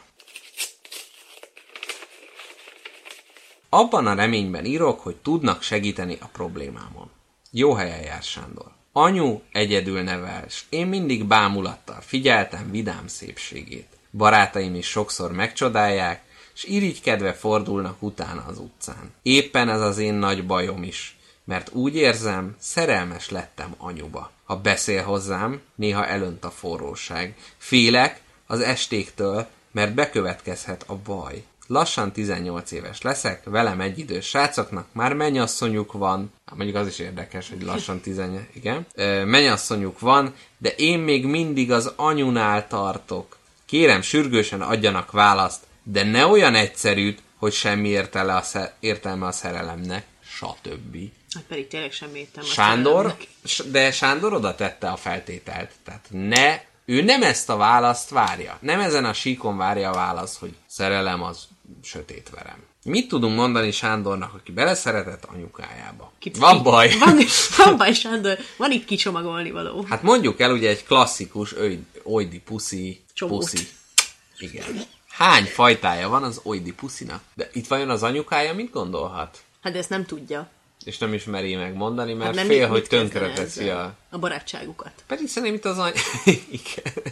Abban a reményben írok, hogy tudnak segíteni a problémámon. Jó helyen jár, Sándor. Anyu egyedül nevel, s én mindig bámulattal figyeltem vidám szépségét. Barátaim is sokszor megcsodálják, s irigykedve fordulnak utána az utcán. Éppen ez az én nagy bajom is, mert úgy érzem, szerelmes lettem anyuba. Ha beszél hozzám, néha elönt a forróság. Félek az estéktől, mert bekövetkezhet a baj. Lassan tizennyolc éves leszek, velem egyidős srácoknak már mennyasszonyuk van, mondjuk az is érdekes, hogy lassan tizennyolc, igen, mennyasszonyuk van, de én még mindig az anyunál tartok. Kérem, sürgősen adjanak választ, de ne olyan egyszerűt, hogy semmi értelme a, szer- értelme a szerelemnek, stb. Hát pedig tényleg semmi értelme a Sándor, szerelemnek. de Sándor oda tette a feltételt, tehát ne... Ő nem ezt a választ várja. Nem ezen a síkon várja a választ, hogy szerelem az sötét verem. Mit tudunk mondani Sándornak, aki beleszeretett anyukájába? Kicsi. Van baj. Van, van baj, Sándor. Van itt kicsomagolni való. Hát mondjuk el ugye egy klasszikus oidi puszi Csomót. puszi. Igen. Hány fajtája van az oidi puszinak? De itt vajon az anyukája mit gondolhat? Hát de ezt nem tudja. És nem is meri megmondani, mert Hát nem, fél, mit, hogy mit kezdene tönkreteszi ezzel? a... A barátságukat. Pedig szerintem itt az any... Igen.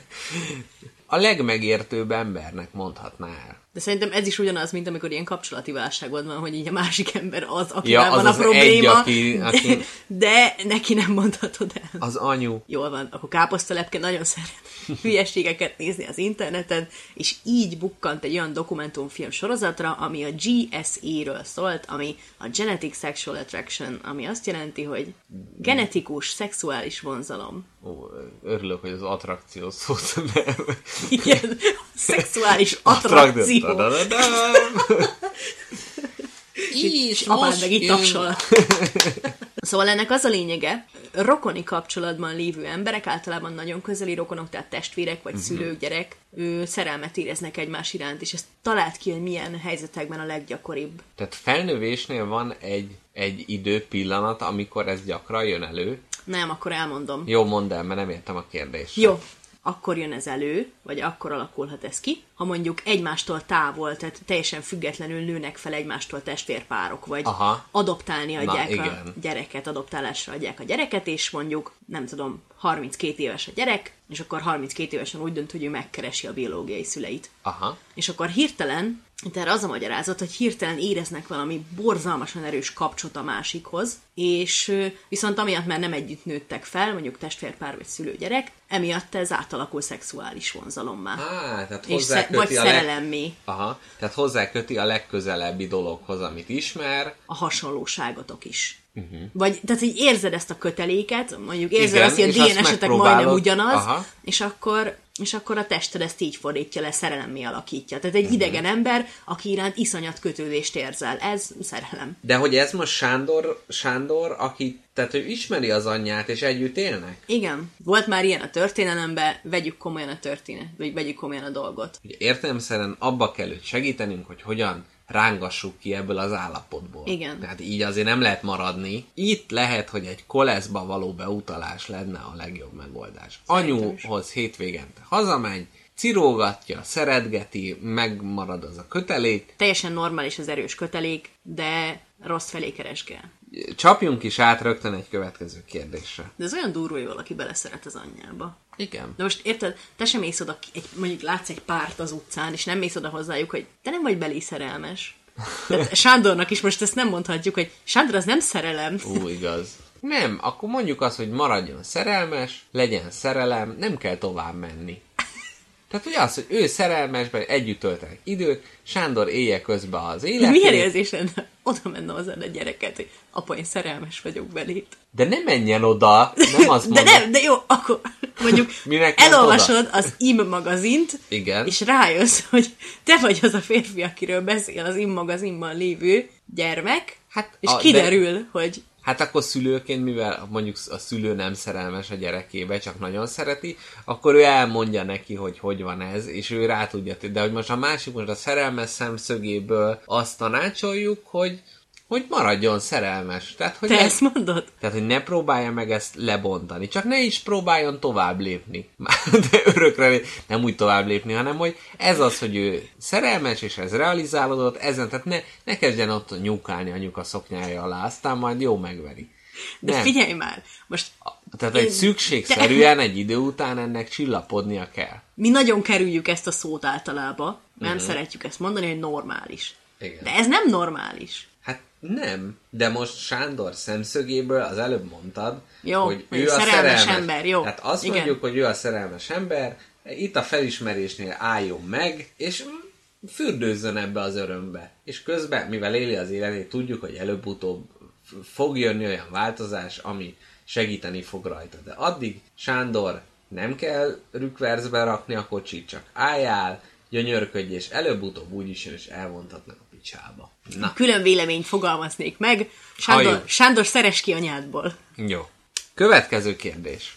A legmegértőbb embernek mondhatná el. De szerintem ez is ugyanaz, mint amikor ilyen kapcsolati válságod van, hogy így a másik ember az, akivel Ja, az van az a probléma, egy, aki, aki... De, de neki nem mondhatod el. Az anyu. Jól van, akkor Káposztalepke nagyon szeret hülyeségeket nézni az interneten, és így bukkant egy olyan dokumentumfilm sorozatra, ami a G S A-ről szólt, ami a Genetic Sexual Attraction, ami azt jelenti, hogy genetikus szexuális vonzalom. Ó, örülök, hogy az attrakció szót nem. Igen, szexuális attrakció. És apád meg itt tapsol. Szóval ennek az a lényege, rokoni kapcsolatban lévő emberek, általában nagyon közeli rokonok, tehát testvérek vagy szülők, gyerek, ő, szerelmet éreznek egymás iránt, és ezt talált ki, hogy milyen helyzetekben a leggyakoribb. Tehát felnövésnél van egy, egy idő pillanat, amikor ez gyakran jön elő. Nem, akkor elmondom. Jó, mondd el, mert nem értem a kérdést. Jó, akkor jön ez elő, vagy akkor alakulhat ez ki, ha mondjuk egymástól távol, tehát teljesen függetlenül nőnek fel egymástól testvérpárok, vagy Aha. adoptálni adják Na, a igen. gyereket, adoptálásra adják a gyereket, és mondjuk, nem tudom, harminckét éves a gyerek, és akkor harminckét évesen úgy dönt, hogy ő megkeresi a biológiai szüleit. Aha. És akkor hirtelen, itt erre az a magyarázat, hogy hirtelen éreznek valami borzalmasan erős kapcsot a másikhoz, és ö, viszont amiatt már nem együtt nőttek fel, mondjuk testvérpár vagy szülőgyerek, emiatt ez átalakul szexuális vonzalommá. Á, tehát és sze- hozzáköti vagy a leg... szerelemmé Aha, tehát hozzáköti a legközelebbi dologhoz, amit ismer. a hasonlóságotok is. Uh-huh. Vagy, tehát így érzed ezt a köteléket, mondjuk érzed Igen, azt, hogy a és dé en azt esetek megpróbálod- majdnem ugyanaz, Aha. és akkor, és akkor a tested ezt így fordítja le, szerelemmé alakítja. Tehát egy uh-huh. idegen ember, aki iránt iszonyat kötődést érzel. Ez szerelem. De hogy ez most Sándor, Sándor, aki, tehát ő ismeri az anyját, és együtt élnek? Igen. Volt már ilyen a történelemben, vegyük komolyan a történet, vagy vegyük komolyan a dolgot. Ugye értelemszerűen abba kell őt segítenünk, hogy hogyan rángassuk ki ebből az állapotból. Igen. Tehát így azért nem lehet maradni. Itt lehet, hogy egy koleszba való beutalás lenne a legjobb megoldás. Szerintem is. Anyuhoz hétvégente hazamegy, cirógatja, szeretgeti, megmarad az a kötelék. Teljesen normális az erős kötelék, de rossz felé keresgél. Csapjunk is át rögtön egy következő kérdésre. De ez olyan durva, hogy valaki beleszeret az anyjába. Igen. De most érted, te sem mész oda, egy, mondjuk látsz egy párt az utcán, és nem mész oda hozzájuk, hogy te nem vagy belé szerelmes. Tehát Sándornak is most ezt nem mondhatjuk, hogy Sándor, az nem szerelem. Ú, igaz. Nem, akkor mondjuk azt, hogy maradjon szerelmes, legyen szerelem, nem kell tovább menni. Tehát, hogy az, hogy ő szerelmesben együtt töltenek időt, Sándor élje közben az életét. Milyen érzés lenne oda menne hozzád a gyereket, hogy apa, én szerelmes vagyok belét. De ne menjen oda, nem azt De mondom. nem, de jó, akkor mondjuk Minek ment elolvasod az im magazint, Igen. és rájössz, hogy te vagy az a férfi, akiről beszél az im magazinban lévő gyermek, Hát és a- kiderül, de... hogy Hát akkor szülőként, mivel mondjuk a szülő nem szerelmes a gyerekébe, csak nagyon szereti, akkor ő elmondja neki, hogy hogy van ez, és ő rá tudja. De hogy most a másik, most a szerelmes szemszögéből azt tanácsoljuk, hogy, hogy maradjon szerelmes. Tehát, hogy te ne, ezt mondod? tehát, hogy ne próbálja meg ezt lebontani. Csak ne is próbáljon tovább lépni. De örökre nem úgy tovább lépni, hanem hogy ez az, hogy ő szerelmes, és ez realizálódott, ezen, tehát ne, ne kezdjen ott nyúkálni anyuka szoknyája alá, aztán majd jó megveri. De Nem. figyelj már, most Tehát egy Én- szükségszerűen egy idő után ennek csillapodnia kell. mi nagyon kerüljük ezt a szót általában, nem Mhm. szeretjük ezt mondani, hogy normális. Igen. De ez nem normális. Hát nem, de most Sándor szemszögéből az előbb mondtad, Jó, hogy hogy ő a szerelmes szerelmes ember, jó. Tehát azt Igen. mondjuk, hogy ő a szerelmes ember, itt a felismerésnél álljon meg, és mm, fürdőzzön ebbe az örömbe. És közben, mivel éli az életét, tudjuk, hogy előbb-utóbb f- fog jönni olyan változás, ami segíteni fog rajta. De addig, Sándor, nem kell rükvercbe rakni a kocsit, csak álljál, gyönyörködj, és előbb-utóbb úgyis jön, és elvontatnak a picsába. Na, Külön véleményt fogalmaznék meg. Sándor, Halljuk. Sándor szeres ki anyádból. jó. Következő kérdés.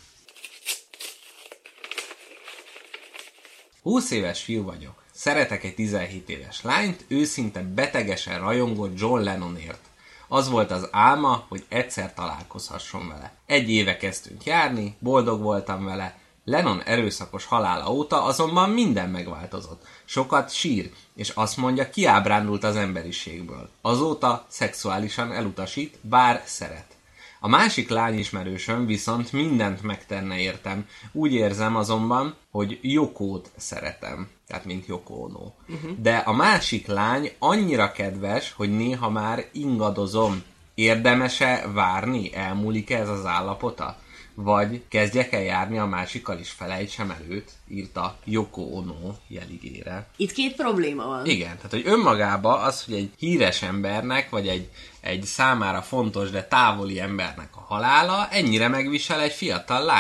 húsz éves fiú vagyok. Szeretek egy tizenhét éves lányt, őszinte betegesen rajongott John Lennonért. Az volt az álma, hogy egyszer találkozhasson vele. Egy éve kezdtünk járni, boldog voltam vele. Lennon erőszakos halála óta azonban minden megváltozott. Sokat sír, és azt mondja, kiábrándult az emberiségből. Azóta szexuálisan elutasít, bár szeret. A másik lányismerősöm viszont mindent megtenne értem. Úgy érzem azonban, hogy Yokót szeretem. Tehát, mint Yoko Ono. Uh-huh. De a másik lány annyira kedves, hogy néha már ingadozom. Érdemes-e várni? Elmúlik-e ez az állapota? Vagy kezdjek el járni a másikkal is, felejtsem előtt, írta Yoko Ono jeligére. Itt két probléma van. Igen, tehát hogy önmagában az, hogy egy híres embernek, vagy egy, egy számára fontos, de távoli embernek a halála ennyire megvisel egy fiatal lányt.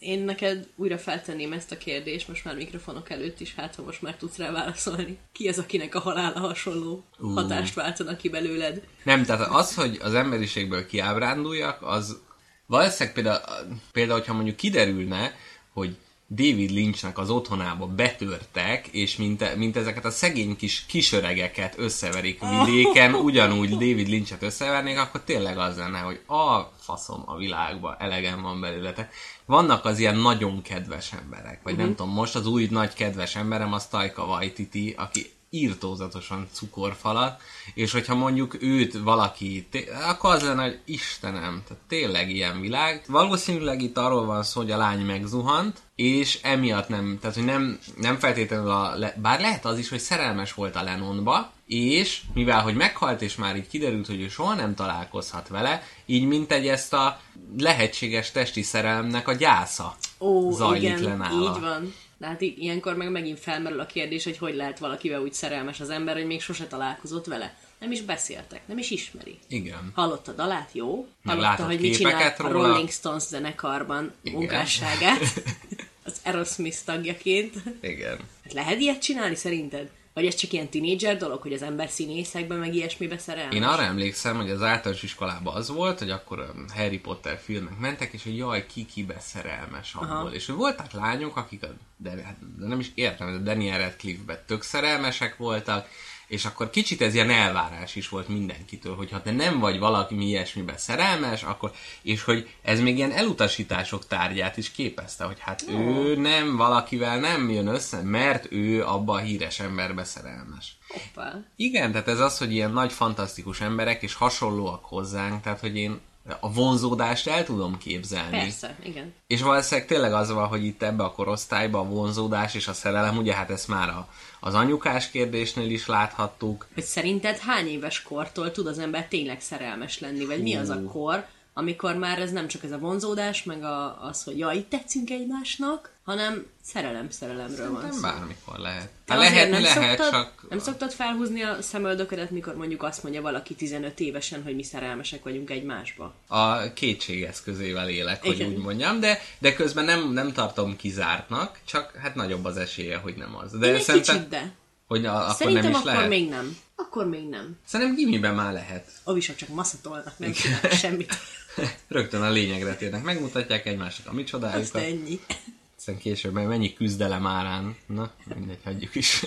Én neked újra feltenném ezt a kérdést, most már mikrofonok előtt is, hát ha most már tudsz rá válaszolni. Ki az, akinek a halála hasonló uh. hatást váltanak ki belőled? Nem, tehát az, hogy az emberiségből kiábránduljak, az valószínűleg például, például, hogyha mondjuk kiderülne, hogy David Lynchnek az otthonába betörtek, és mint, mint ezeket a szegény kis kisöregeket összeverik vidéken, ugyanúgy David Lynchet összevernék, akkor tényleg az lenne, hogy a faszom a világban, elegem van belőle. Vannak az ilyen nagyon kedves emberek, vagy uh-huh. nem tudom, most az új nagy kedves emberem az Taika Waititi, aki írtózatosan cukorfalat, és hogyha mondjuk őt valaki, akkor az lenne, hogy Istenem, tehát tényleg ilyen világ. Valószínűleg itt arról van szó, hogy a lány megzuhant, és emiatt nem, tehát hogy nem, nem feltétlenül a, bár lehet az is, hogy szerelmes volt a Lennonba, és mivel, hogy meghalt, és már így kiderült, hogy ő soha nem találkozhat vele, így mintegy ezt a lehetséges testi szerelemnek a gyásza Ó, zajlik igen, le nála. így van. De hát ilyenkor meg megint felmerül a kérdés, hogy hogy lehet valakivel úgy szerelmes az ember, hogy még sose találkozott vele. Nem is beszéltek, nem is ismeri. Igen. Hallotta dalát, jó. Meg Hallotta, hogy mit csinál a róla. Rolling Stones zenekarban igen. munkásságát. Az Aerosmith tagjaként. Igen. Hát lehet ilyet csinálni szerinted? Vagy ez csak ilyen tínédzser dolog, hogy az ember színészekben meg ilyesmibe szerelmes? Én arra emlékszem, hogy az általános iskolában az volt, hogy akkor Harry Potter filmek mentek, és hogy jaj, ki kibe szerelmes abból. Aha. És hogy voltak lányok, akik, de, de nem is értem, de Daniel Radcliffe-ben tök szerelmesek voltak, és akkor kicsit ez ilyen elvárás is volt mindenkitől, hogy ha te nem vagy valaki ilyesmiben szerelmes, akkor, és hogy ez még ilyen elutasítások tárgyát is képezte, hogy hát oh. ő nem valakivel nem jön össze, mert ő abba a híres emberbe szerelmes. Hoppá. Igen, tehát ez az, hogy ilyen nagy, fantasztikus emberek, és hasonlóak hozzánk, tehát hogy én a vonzódást el tudom képzelni. Persze, igen. És valószínűleg tényleg az van, hogy itt ebbe a korosztályban a vonzódás és a szerelem, ugye hát ezt már a, az anyukás kérdésnél is láthattuk. Hogy szerinted hány éves kortól tud az ember tényleg szerelmes lenni? Vagy Hú. mi az a kor, amikor már ez nem csak ez a vonzódás, meg a, az, hogy jaj, itt tetszünk egymásnak, hanem szerelem-szerelemről van szó. Bármikor lehet. Hát lehet, nem lehet, szoktad, csak... Nem szoktad felhúzni a szemöldöködet, mikor mondjuk azt mondja valaki tizenöt évesen, hogy mi szerelmesek vagyunk egymásba? A kétségeszközével élek, Igen. hogy úgy mondjam, de, de közben nem, nem tartom kizártnak, csak hát nagyobb az esélye, hogy nem az. De Én egy szerintem, kicsit, de. Hogy a, akkor Szerintem nem is akkor lehet. még nem. Akkor még nem. Szerintem gimiben már lehet. Avisok csak maszatolnak, nem csinálnak semmit. Rögtön a lényegre térnek, megmutatják egymásnak a micsodájukat. Azt ennyi. Aztán később, mert mennyi küzdelem árán. Na, mindegy, hagyjuk is.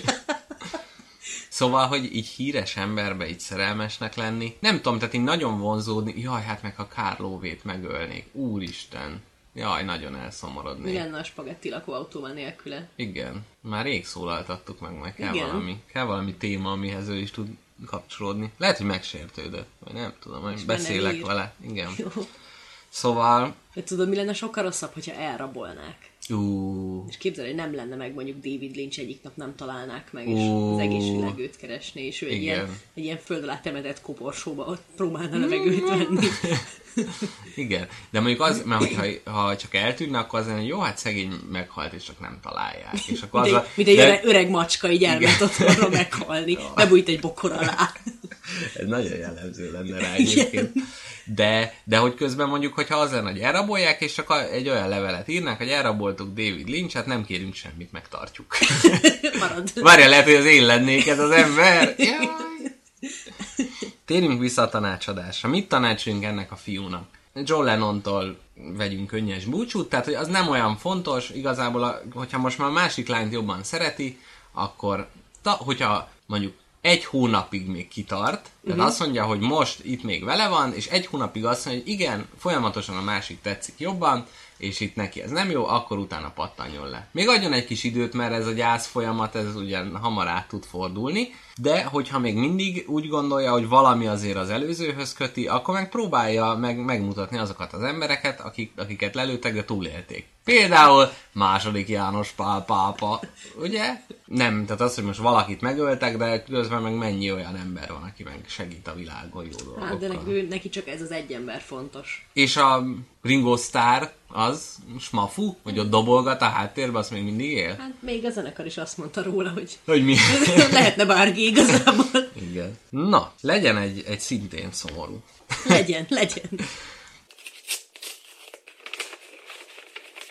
Szóval, hogy így híres emberbe így szerelmesnek lenni. Nem tudom, tehát így nagyon vonzódni. Jaj, hát meg ha Kárlóvét megölnék. Úristen. Jaj, nagyon elszomorodnék. Mi lenne a spagetti lakóautóval nélküle? Igen. Már rég szólaltattuk meg, meg kell Igen. valami, kell valami téma, amihez ő is tud kapcsolódni. Lehet, hogy megsértődött, vagy nem tudom, hogy beszélek vele. Igen. Jó. Szóval... De tudod, mi lenne sokkal rosszabb, hogyha elrabolnák? Uh. És képzelj, hogy nem lenne meg mondjuk David Lynch, egyik nap nem találnák meg, és Uh. az egész világ őt keresné, és ő egy Igen. ilyen, egy ilyen föld alá temetett koporsóba ott próbálna levegőt venni. Igen, de mondjuk az, mert hogyha, ha csak eltűnne, akkor az lenne, hogy jó, hát szegény meghalt, és csak nem találják. És akkor Mint az egy, a, mint egy de... öreg, öreg macska, így elment otthonra meghalni, bebújt egy bokor alá. Ez nagyon jellemző lenne rá egyébként. De, de hogy közben mondjuk, hogyha az lenne, hogy elrabolják, és csak egy olyan levelet írnak, hogy elraboltuk David Lynchet, nem kérünk semmit, megtartjuk. Marad. Várjál, lehet, hogy az én lennék ez az ember. Jaj. Térjünk vissza a tanácsadásra. Mit tanácsolunk ennek a fiúnak? John Lennontól vegyünk könnyes búcsút, tehát hogy az nem olyan fontos, igazából, a, hogyha most már a másik lányt jobban szereti, akkor, ta, hogyha mondjuk egy hónapig még kitart, tehát uh-huh. azt mondja, hogy most itt még vele van, és egy hónapig azt mondja, hogy igen, folyamatosan a másik tetszik jobban, és itt neki ez nem jó, akkor utána pattanjon le. Még adjon egy kis időt, mert ez a gyász folyamat, ez ugyan hamar át tud fordulni, de hogyha még mindig úgy gondolja, hogy valami azért az előzőhöz köti, akkor meg próbálja meg, megmutatni azokat az embereket, akik, akiket lelőttek, de túlélték. Például második János Pál pápa, ugye? Nem, tehát az, hogy most valakit megöltek, de közben meg mennyi olyan ember van, aki meg segít a világon jó dolgokkal. Hát, de neki, neki csak ez az egy ember fontos. És a Ringo Starr, az smafu, hogy ott dobolgat a háttérben, azt még mindig él? Hát még a zenekar is azt mondta róla, hogy, hogy mi? lehetne bárki igazából. Igen. Na, legyen egy, egy szintén szomorú. Legyen, legyen.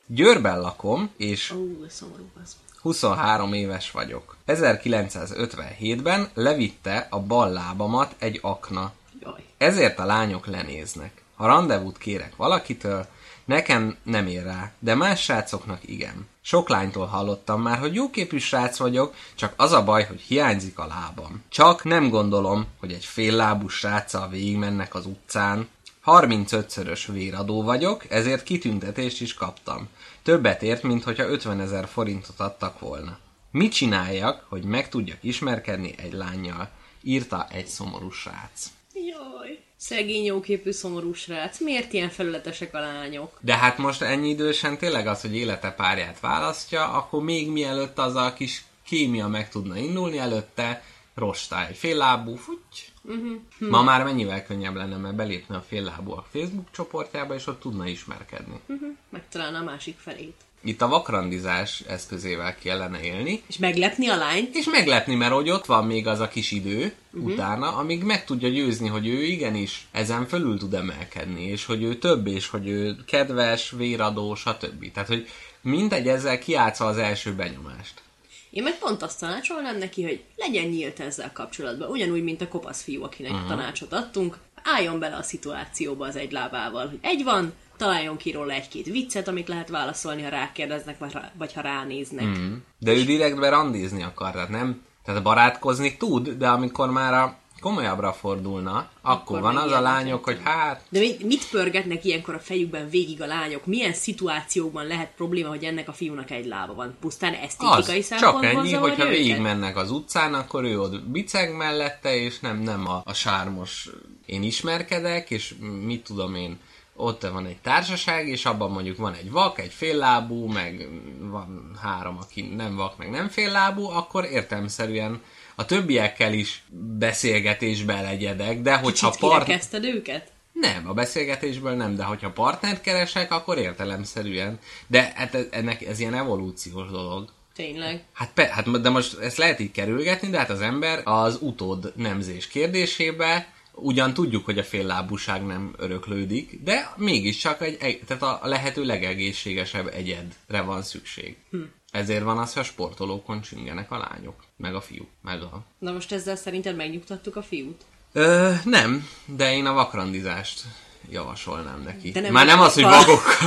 Győrben lakom, és Ó, szomorú az. huszonhárom éves vagyok. ezerkilencszázötvenhétben levitte a bal lábamat egy akna. Jaj. Ezért a lányok lenéznek. Ha randevút kérek valakitől, nekem nem ér rá, de más srácoknak igen. Sok lánytól hallottam már, hogy jóképű srác vagyok, csak az a baj, hogy hiányzik a lábam. Csak nem gondolom, hogy egy féllábú sráccal végigmennek az utcán. harmincötszörös véradó vagyok, ezért kitüntetést is kaptam. Többet ért, mint hogyha ötvenezer forintot adtak volna. Mit csináljak, hogy meg tudjak ismerkedni egy lánnyal? Írta egy szomorú srác. Jaj. Szegény, jóképű, szomorú srác. Miért ilyen felületesek a lányok? De hát most ennyi idősen tényleg az, hogy élete párját választja, akkor még mielőtt az a kis kémia meg tudna indulni, előtte rostá egy féllábú, futty. Uh-huh. Hm. Ma már mennyivel könnyebb lenne, mert belépne a féllábúak Facebook csoportjába, és ott tudna ismerkedni. Uh-huh. Megtalálna a másik felét. Itt a vakrandizás eszközével kellene élni. És meglepni a lányt? És meglepni, mert hogy ott van még az a kis idő uh-huh. utána, amíg meg tudja győzni, hogy ő igenis ezen fölül tud emelkedni, és hogy ő több, és hogy ő kedves, véradó, stb. Tehát, hogy mindegy ezzel kiátsza az első benyomást. Én meg pont azt tanácsolnám neki, hogy legyen nyílt ezzel kapcsolatban. Ugyanúgy, mint a kopasz fiú, akinek uh-huh. tanácsot adtunk. Álljon bele a szituációba az egy lábával, hogy egy van, találjon ki róla egy-két viccet, amit lehet válaszolni, ha rákérdeznek, vagy, rá, vagy ha ránéznek. Mm. De ő direktben randizni akar, tehát nem? Tehát barátkozni tud, de amikor már a komolyabbra fordulna, akkor, akkor van az a lányok, hogy hát... De mit, mit pörgetnek ilyenkor a fejükben végig a lányok? Milyen szituációkban lehet probléma, hogy ennek a fiúnak egy lába van? Pusztán esztétikai az, szempontból csak ennyi, hogyha őket? végig mennek az utcán, akkor ő ott biceg mellette, és nem, nem a, a sármos én ismerkedek, és mit tudom én, ott van egy társaság, és abban mondjuk van egy vak, egy féllábú, meg van három, aki nem vak, meg nem féllábú, akkor értelemszerűen a többiekkel is beszélgetésbe legyedek, de hogyha Kicsit part... kirekezted őket? Nem, a beszélgetésből nem, de hogyha partnert keresek, akkor értelemszerűen. De hát ennek ez ilyen evolúciós dolog. Tényleg? Hát, pe, hát de most ezt lehet így kerülgetni, de hát az ember az utód nemzés kérdésébe ugyan tudjuk, hogy a féllábúság nem öröklődik, de mégiscsak egy, tehát a lehető legegészségesebb egyedre van szükség. Hm. Ezért van az, hogy a sportolókon csüngenek a lányok, meg a fiúk, meg a... Na most ezzel szerinted megnyugtattuk a fiút? Ö, nem, de én a vakrandizást javasolnám neki. Nem Már nem az, hogy vakokkal.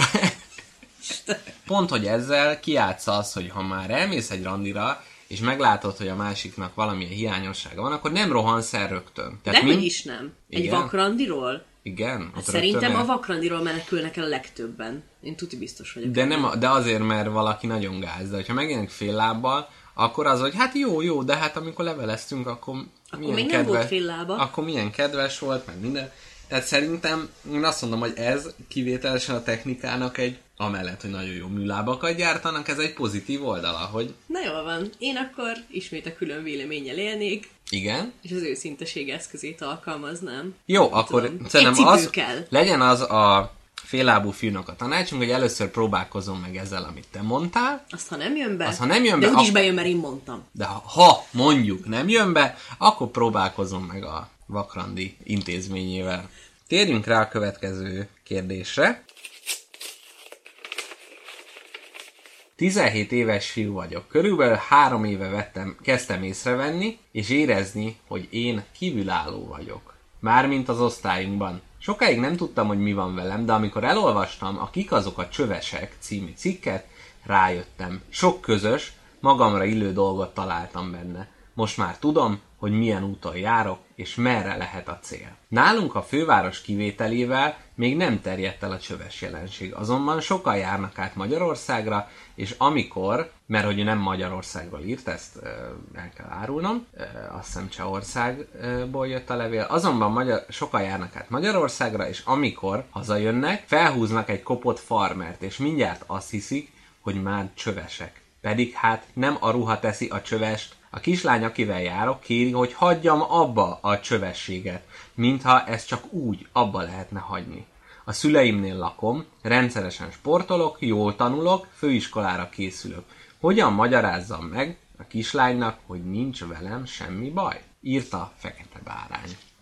Pont, hogy ezzel kiátsza az, hogy ha már elmész egy randira, és meglátod, hogy a másiknak valamilyen hiányossága van, akkor nem rohansz el rögtön. Tehát Dehogy mind... is nem. Egy Igen? vakrandiról? Igen. Hát szerintem el... a vakrandiról menekülnek el a legtöbben. Én tuti biztos vagyok. De, nem, de azért, mert valaki nagyon gáz. De hogyha megjelenik fél lábbal, akkor az, hogy hát jó, jó, de hát amikor leveleztünk, akkor, akkor milyen még kedves, nem volt fél lába. Akkor milyen kedves volt, meg minden. Tehát szerintem én azt mondom, hogy ez kivételesen a technikának egy, amellett, hogy nagyon jó műlábakat gyártanak, ez egy pozitív oldala, hogy... Na jól van, én akkor ismét a külön véleménnyel élnék. Igen. És az őszinteség eszközét alkalmaznám. Jó, akkor tudom, szerintem az, kell. legyen az a féllábú fiúnak a tanácsunk, hogy először próbálkozom meg ezzel, amit te mondtál. Azt, ha nem jön be, Azt, ha nem jön de be, úgyis ak- bejön, mert én mondtam. De ha, ha mondjuk nem jön be, akkor próbálkozom meg a vakrandi intézményével. Térjünk rá a következő kérdésre. tizenhét éves fiú vagyok. Körülbelül három éve vettem, kezdtem észrevenni, és érezni, hogy én kívülálló vagyok. Mármint az osztályunkban. Sokáig nem tudtam, hogy mi van velem, de amikor elolvastam a Kik azok a csövesek című cikket, rájöttem. Sok közös, magamra illő dolgot találtam benne. Most már tudom, hogy milyen úton járok, és merre lehet a cél. Nálunk a főváros kivételével még nem terjedt el a csöves jelenség, azonban sokan járnak át Magyarországra, és amikor, mert hogy nem Magyarországról írt, ezt ö, el kell árulnom, ö, azt hiszem Csehországból jött a levél, azonban magyar, sokan járnak át Magyarországra, és amikor hazajönnek, felhúznak egy kopott farmert, és mindjárt azt hiszik, hogy már csövesek. Pedig hát nem a ruha teszi a csövest. A kislány, akivel járok, kéri, hogy hagyjam abba a csövességet, mintha ezt csak úgy abba lehetne hagyni. A szüleimnél lakom, rendszeresen sportolok, jól tanulok, főiskolára készülök. Hogyan magyarázzam meg a kislánynak, hogy nincs velem semmi baj? Írta Fekete Bárány.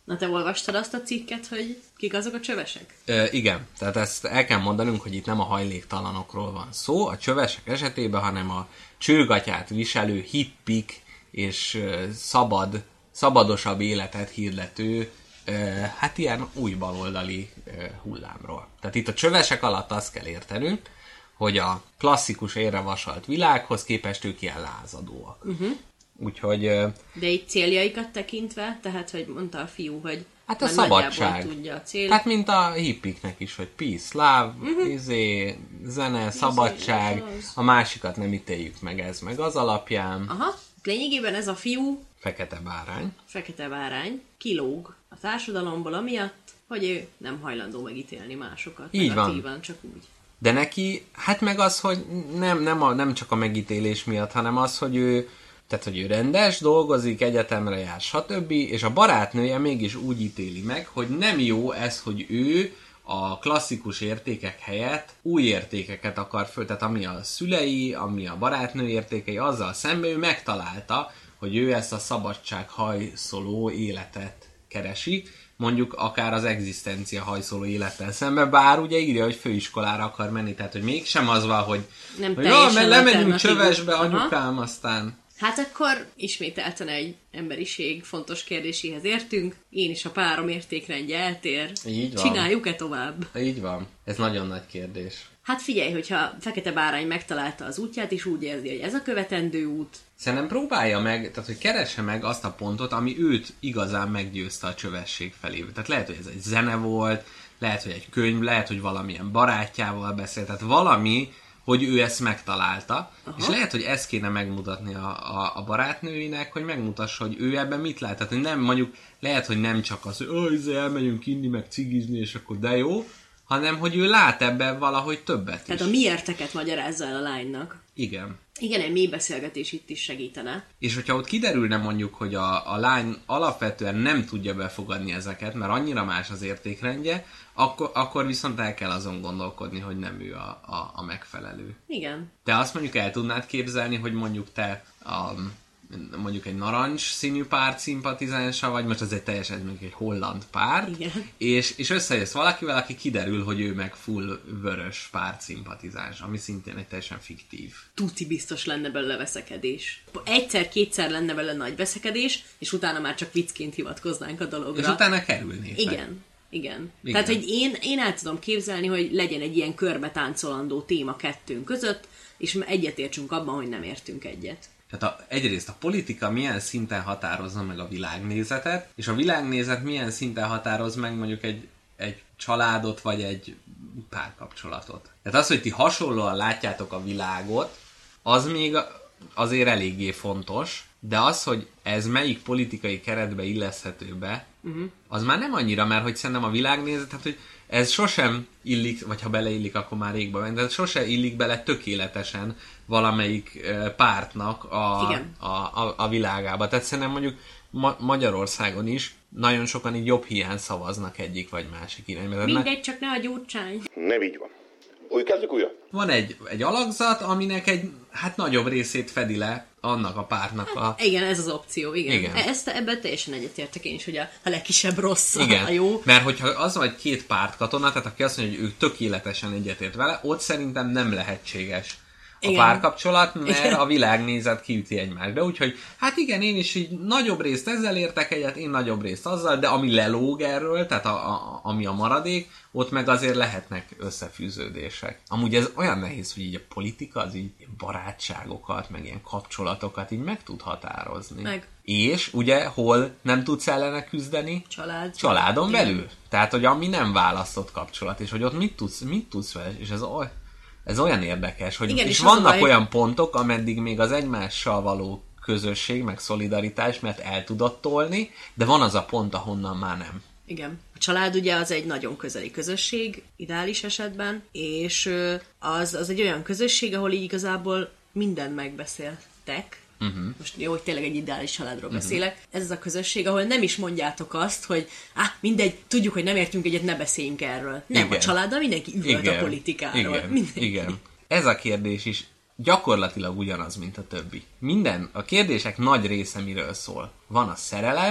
Na te olvastad azt a cikket, hogy kik azok a csövesek? Ö, igen, tehát ezt el kell mondanunk, hogy itt nem a hajléktalanokról van szó, a csövesek esetében, hanem a csőgatyát viselő hippik és ö, szabad, szabadosabb életet hirdető, ö, hát ilyen új baloldali ö, hullámról. Tehát itt a csövesek alatt azt kell értenünk, hogy a klasszikus érre vasalt világhoz képest ők ilyen lázadóak. Uh-huh. Úgyhogy... De így céljaikat tekintve, tehát, hogy mondta a fiú, hogy hát a szabadság. Tudja a cél. Hát, mint a hippiknek is, hogy peace, love, uh-huh. izé, zene, szabadság, a másikat nem ítéljük meg ez, meg az alapján. Aha, lényegében ez a fiú... Fekete bárány. Fekete bárány kilóg a társadalomból amiatt, hogy ő nem hajlandó megítélni másokat. Így negatívan, van. csak úgy. De neki, hát meg az, hogy nem, nem, a, nem csak a megítélés miatt, hanem az, hogy ő, tehát, hogy ő rendes, dolgozik, egyetemre jár, stb. És a barátnője mégis úgy ítéli meg, hogy nem jó ez, hogy ő a klasszikus értékek helyett új értékeket akar föl, tehát ami a szülei, ami a barátnő értékei, azzal szemben ő megtalálta, hogy ő ezt a szabadság hajszoló életet keresi, mondjuk akár az egzisztencia hajszoló élettel szemben, bár ugye írja, hogy főiskolára akar menni, tehát hogy mégsem az van, hogy, nem hogy ja, mert lemegyünk csövesbe, anyukám, aha. aztán... Hát akkor ismételten egy emberiség fontos kérdéséhez értünk. Én is a párom értékrendje eltér. Így van. Csináljuk-e tovább? Így van. Ez nagyon nagy kérdés. Hát figyelj, hogyha Fekete Bárány megtalálta az útját, és úgy érzi, hogy ez a követendő út. Szerintem próbálja meg, tehát hogy keresse meg azt a pontot, ami őt igazán meggyőzte a csövesség felé. Tehát lehet, hogy ez egy zene volt, lehet, hogy egy könyv, lehet, hogy valamilyen barátjával beszélt, tehát valami, hogy ő ezt megtalálta, aha. És lehet, hogy ezt kéne megmutatni a, a, a barátnőinek, hogy megmutassa, hogy ő ebben mit lát. Tehát nem mondjuk, lehet, hogy nem csak az, hogy elmegyünk inni, meg cigizni, és akkor de jó, hanem, hogy ő lát ebben valahogy többet is. Tehát a miérteket magyarázza el a lánynak. Igen. Igen, egy mély beszélgetés itt is segítene. És hogyha ott kiderülne mondjuk, hogy a, a lány alapvetően nem tudja befogadni ezeket, mert annyira más az értékrendje, akkor, akkor viszont el kell azon gondolkodni, hogy nem ő a, a, a megfelelő. Igen. Te azt mondjuk el tudnád képzelni, hogy mondjuk te a, mondjuk egy narancs színű párt szimpatizánsa vagy, most ez egy teljesen mondjuk egy holland párt, és, és összejössz valakivel, aki kiderül, hogy ő meg full vörös párt szimpatizáns, ami szintén egy teljesen fiktív. Tuti biztos lenne belőle veszekedés. Egyszer-kétszer lenne belőle nagy veszekedés, és utána már csak viccként hivatkoznánk a dologra. És utána kerülnék. Igen. Igen. Igen. Tehát, hogy én, én el tudom képzelni, hogy legyen egy ilyen körbe táncolandó téma kettőnk között, és egyetértsünk abban, hogy nem értünk egyet. Tehát a, egyrészt a politika milyen szinten határozza meg a világnézetet, és a világnézet milyen szinten határoz meg mondjuk egy, egy családot, vagy egy párkapcsolatot. Tehát az, hogy ti hasonlóan látjátok a világot, az még azért eléggé fontos, de az, hogy ez melyik politikai keretbe illeszhető be, uh-huh. az már nem annyira, mert hogy szerintem a világnézet, tehát hogy ez sosem illik, vagy ha beleillik, akkor már régbe ment, de sosem illik bele tökéletesen valamelyik pártnak a, a, a, a világába. Tehát szerintem mondjuk Ma- Magyarországon is nagyon sokan így jobb hiány szavaznak egyik vagy másik irányba. Mindegy, csak ne a Gyurcsány. Nem így van. Úgy kezdjük újra. Van egy, egy alakzat, aminek egy hát nagyobb részét fedi le annak a pártnak a... Hát, igen, ez az opció, igen. igen. Ezt, ebben teljesen egyetértek én is, hogy a, a legkisebb rossz igen. a jó. Mert hogyha az vagy két pártkatona, tehát aki azt mondja, hogy ő tökéletesen egyetért vele, ott szerintem nem lehetséges a igen. párkapcsolat, mert igen. a világnézet kiüti egymást. De úgyhogy, hát igen, én is így nagyobb részt ezzel értek egyet, én nagyobb részt azzal, de ami lelóg erről, tehát a, a, ami a maradék, ott meg azért lehetnek összefűződések. Amúgy ez olyan nehéz, hogy így a politika az így barátságokat, meg ilyen kapcsolatokat így meg tud határozni. Meg. És ugye hol nem tudsz ellene küzdeni? Család. Családon igen. belül. Tehát, hogy ami nem választott kapcsolat, és hogy ott mit tudsz, mit tudsz vele, és ez oly... Ez olyan érdekes, hogy igen, és, és vannak baj... olyan pontok, ameddig még az egymással való közösség, meg szolidaritás, mert el tudod tolni, de van az a pont, ahonnan már nem. Igen. A család ugye az egy nagyon közeli közösség, ideális esetben, és az, az egy olyan közösség, ahol így igazából mindent megbeszéltek. Uh-huh. Most jó, hogy tényleg egy ideális családról uh-huh. beszélek. Ez az a közösség, ahol nem is mondjátok azt, hogy ah, mindegy, tudjuk, hogy nem értünk egyet, ne beszéljünk erről. Nem, igen. A családdal mindenki üvölt a politikáról. Igen. Igen. Ez a kérdés is gyakorlatilag ugyanaz, mint a többi. Minden, a kérdések nagy része miről szól. Van a szerelem,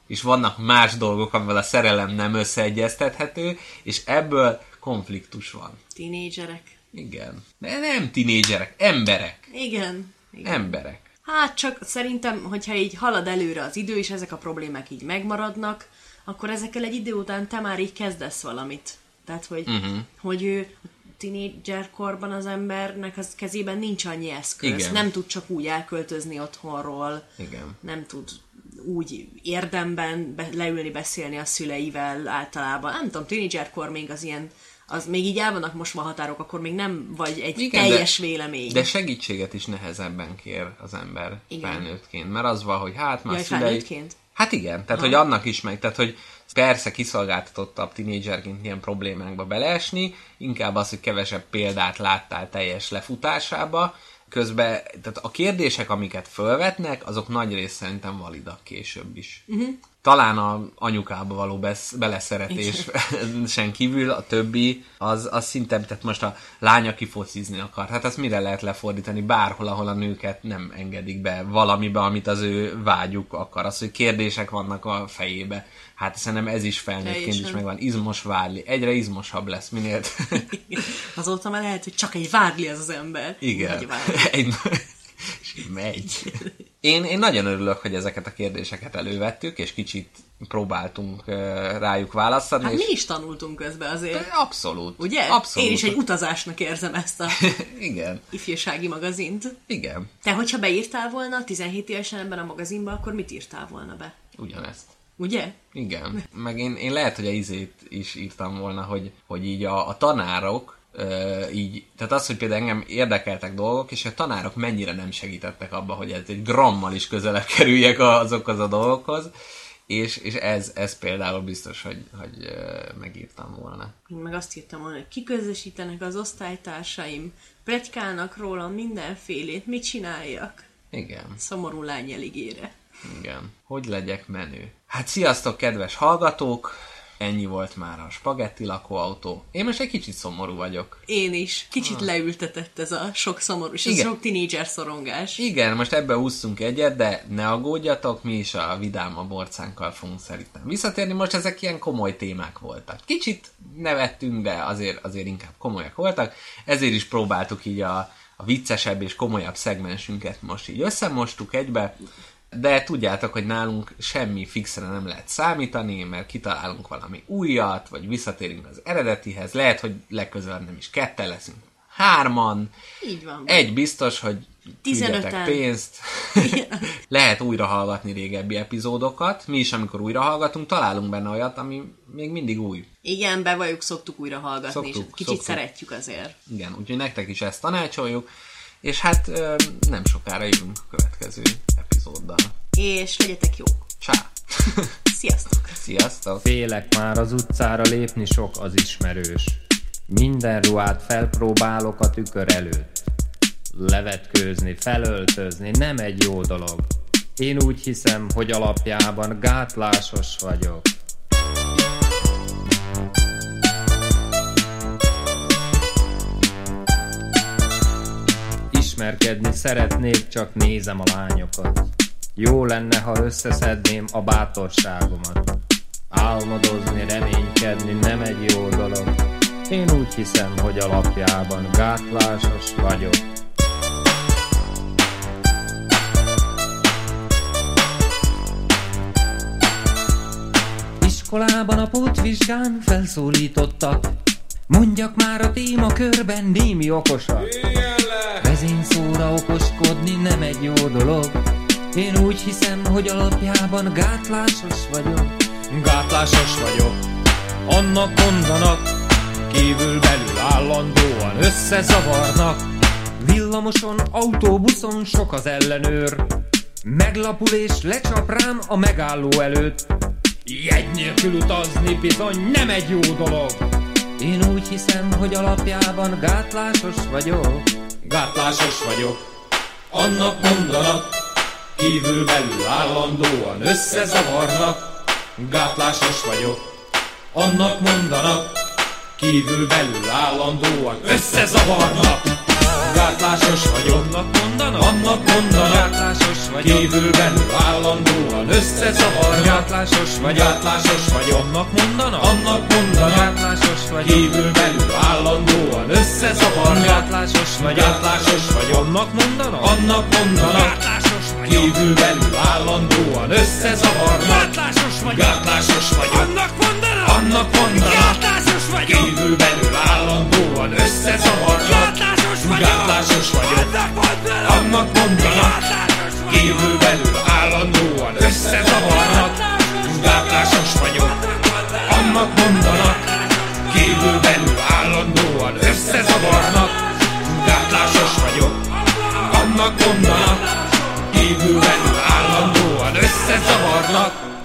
és vannak más dolgok, amivel a szerelem nem összeegyeztethető, és ebből konfliktus van. Tinédzserek. Igen. De nem tinédzserek, emberek. Igen. Igen. Emberek. Hát csak szerintem, hogyha így halad előre az idő, és ezek a problémák így megmaradnak, akkor ezekkel egy idő után te már így kezdesz valamit. Tehát, hogy, uh-huh. hogy ő tínédzserkorban az embernek az kezében nincs annyi eszköz. Igen. Nem tud csak úgy elköltözni otthonról. Igen. Nem tud úgy érdemben be, leülni, beszélni a szüleivel általában. Nem tudom, tínédzserkor még az ilyen, az még így el vannak mosva határok, akkor még nem vagy egy igen, teljes de, vélemény. De segítséget is nehezebben kér az ember igen. felnőttként. Mert az van, hogy hát már Jaj, szülei... felnőttként? Hát igen, tehát Aha. hogy annak is meg, tehát hogy persze kiszolgáltatottabb tinédzserként ilyen problémákba beleesni, inkább az, hogy kevesebb példát láttál teljes lefutásába, közben tehát a kérdések, amiket fölvetnek, azok nagy rész szerintem validak később is. Uh-huh. Talán a anyukába való besz, beleszeretésen kívül a többi, az, az szinte, tehát most a lány, aki focizni akar, hát azt mire lehet lefordítani? Bárhol, ahol a nőket nem engedik be valamibe, amit az ő vágyuk akar. Az, hogy kérdések vannak a fejébe. Hát szerintem ez is felnőttként is megvan. Izmos vádli. Egyre izmosabb lesz minél. Azóta már lehet, hogy csak egy vádli az az ember. Igen. Egy és megy. Én, én nagyon örülök, hogy ezeket a kérdéseket elővettük, és kicsit próbáltunk uh, rájuk választ adni. Hát és... mi is tanultunk közben azért. Abszolút. Ugye? Abszolút. Én is egy utazásnak érzem ezt a igen. ifjúsági magazint. Igen. Te, hogyha beírtál volna tizenhét évesen ebben a magazinba, akkor mit írtál volna be? Ugyanezt. Ugye? Igen. Meg én, én lehet, hogy a izét is írtam volna, hogy, hogy így a, a tanárok Uh, így, tehát az, hogy például engem érdekeltek dolgok, és a tanárok mennyire nem segítettek abba, hogy ez egy grammal is közelebb kerüljek azokhoz a dolgokhoz, és, és ez, ez például biztos, hogy, hogy uh, megírtam volna. Én meg azt írtam volna, hogy kiközösítenek az osztálytársaim, pletykálnak rólam mindenfélét, mit csináljak? Igen. Szomorú lány eligére. Igen. Hogy legyek menő? Hát sziasztok, kedves hallgatók! Ennyi volt már a spagetti lakóautó. Én most egy kicsit szomorú vagyok. Én is. Kicsit ah. leültetett ez a sok szomorú, és ez sok tinédzser szorongás. Igen, most ebbe ússzunk egyet, de ne aggódjatok, mi is a vidámabb orcánkkal fogunk szerintem visszatérni. Most ezek ilyen komoly témák voltak. Kicsit nevettünk, de azért, azért inkább komolyak voltak. Ezért is próbáltuk így a, a viccesebb és komolyabb szegmensünket most így összemostuk egybe. De tudjátok, hogy nálunk semmi fixre nem lehet számítani, mert kitalálunk valami újat, vagy visszatérünk az eredetihez. Lehet, hogy legközelebb nem is ketten leszünk, hárman. Így van. Egy biztos, hogy küldjetek pénzt. Lehet újra hallgatni régebbi epizódokat. Mi is, amikor újra hallgatunk, találunk benne olyat, ami még mindig új. Igen, bevalljuk, szoktuk újra hallgatni, szoktuk, és kicsit szoktuk. Szeretjük azért. Igen, úgyhogy nektek is ezt tanácsoljuk. És hát nem sokára jövünk a következő epizóddal. És legyetek jók! Csá! Sziasztok! Sziasztok! Félek már az utcára lépni, sok az ismerős. Minden ruhát felpróbálok a tükör előtt. Levetkőzni, felöltözni nem egy jó dolog. Én úgy hiszem, hogy alapjában gátlásos vagyok. Ismerkedni szeretnék, csak nézem a lányokat. Jó lenne, ha összeszedném a bátorságomat. Álmodozni, reménykedni nem egy jó dolog. Én úgy hiszem, hogy alapjában gátlásos vagyok. Iskolában a pótvizsgán felszólítottak. Mondjak már a témakörben némi okosak. Vezényszóra okoskodni nem egy jó dolog. Én úgy hiszem, hogy alapjában gátlásos vagyok. Gátlásos vagyok. Annak mondanak, kívül-belül állandóan összezavarnak. Villamoson, autóbuszon sok az ellenőr. Meglapul és lecsap rám a megálló előtt. Jegy nélkül utazni bizony nem egy jó dolog. Én úgy hiszem, hogy alapjában gátlásos vagyok. Gátlásos vagyok. Annak mondanak, kívül-belül állandóan összezavarnak. Gátlásos vagyok. Annak mondanak, kívül-belül állandóan összezavarnak. Gátlásos vagy, annak mondanak, annak mondanak. Gátlásos vagy, kívülbelül állandóan összezavar. Gátlásos vagy, gátlásos vagy, annak mondanak, annak mondanak. Gátlásos vagy, kívülbelül állandóan összezavar. Gátlásos vagy, gátlásos vagy, annak mondanak, annak mondanak. Gátlásos vagy, kívülbelül állandóan összezavar. Gátlásos vagy, gátlásos vagy, annak mondanak, annak mondanak. Gátlásos vagy, kívülbelül állandóan összezavar. Gátlásos vagy, gátlásos vagy, annak mondanak. Kívülbelül állandóan összezavarnak. Gátlásos vagyok, annak mondanak. Kívülbelül állandóan összezavarnak. Gátlásos vagyok, annak mondanak. Kívülbelül állandóan összezavarnak.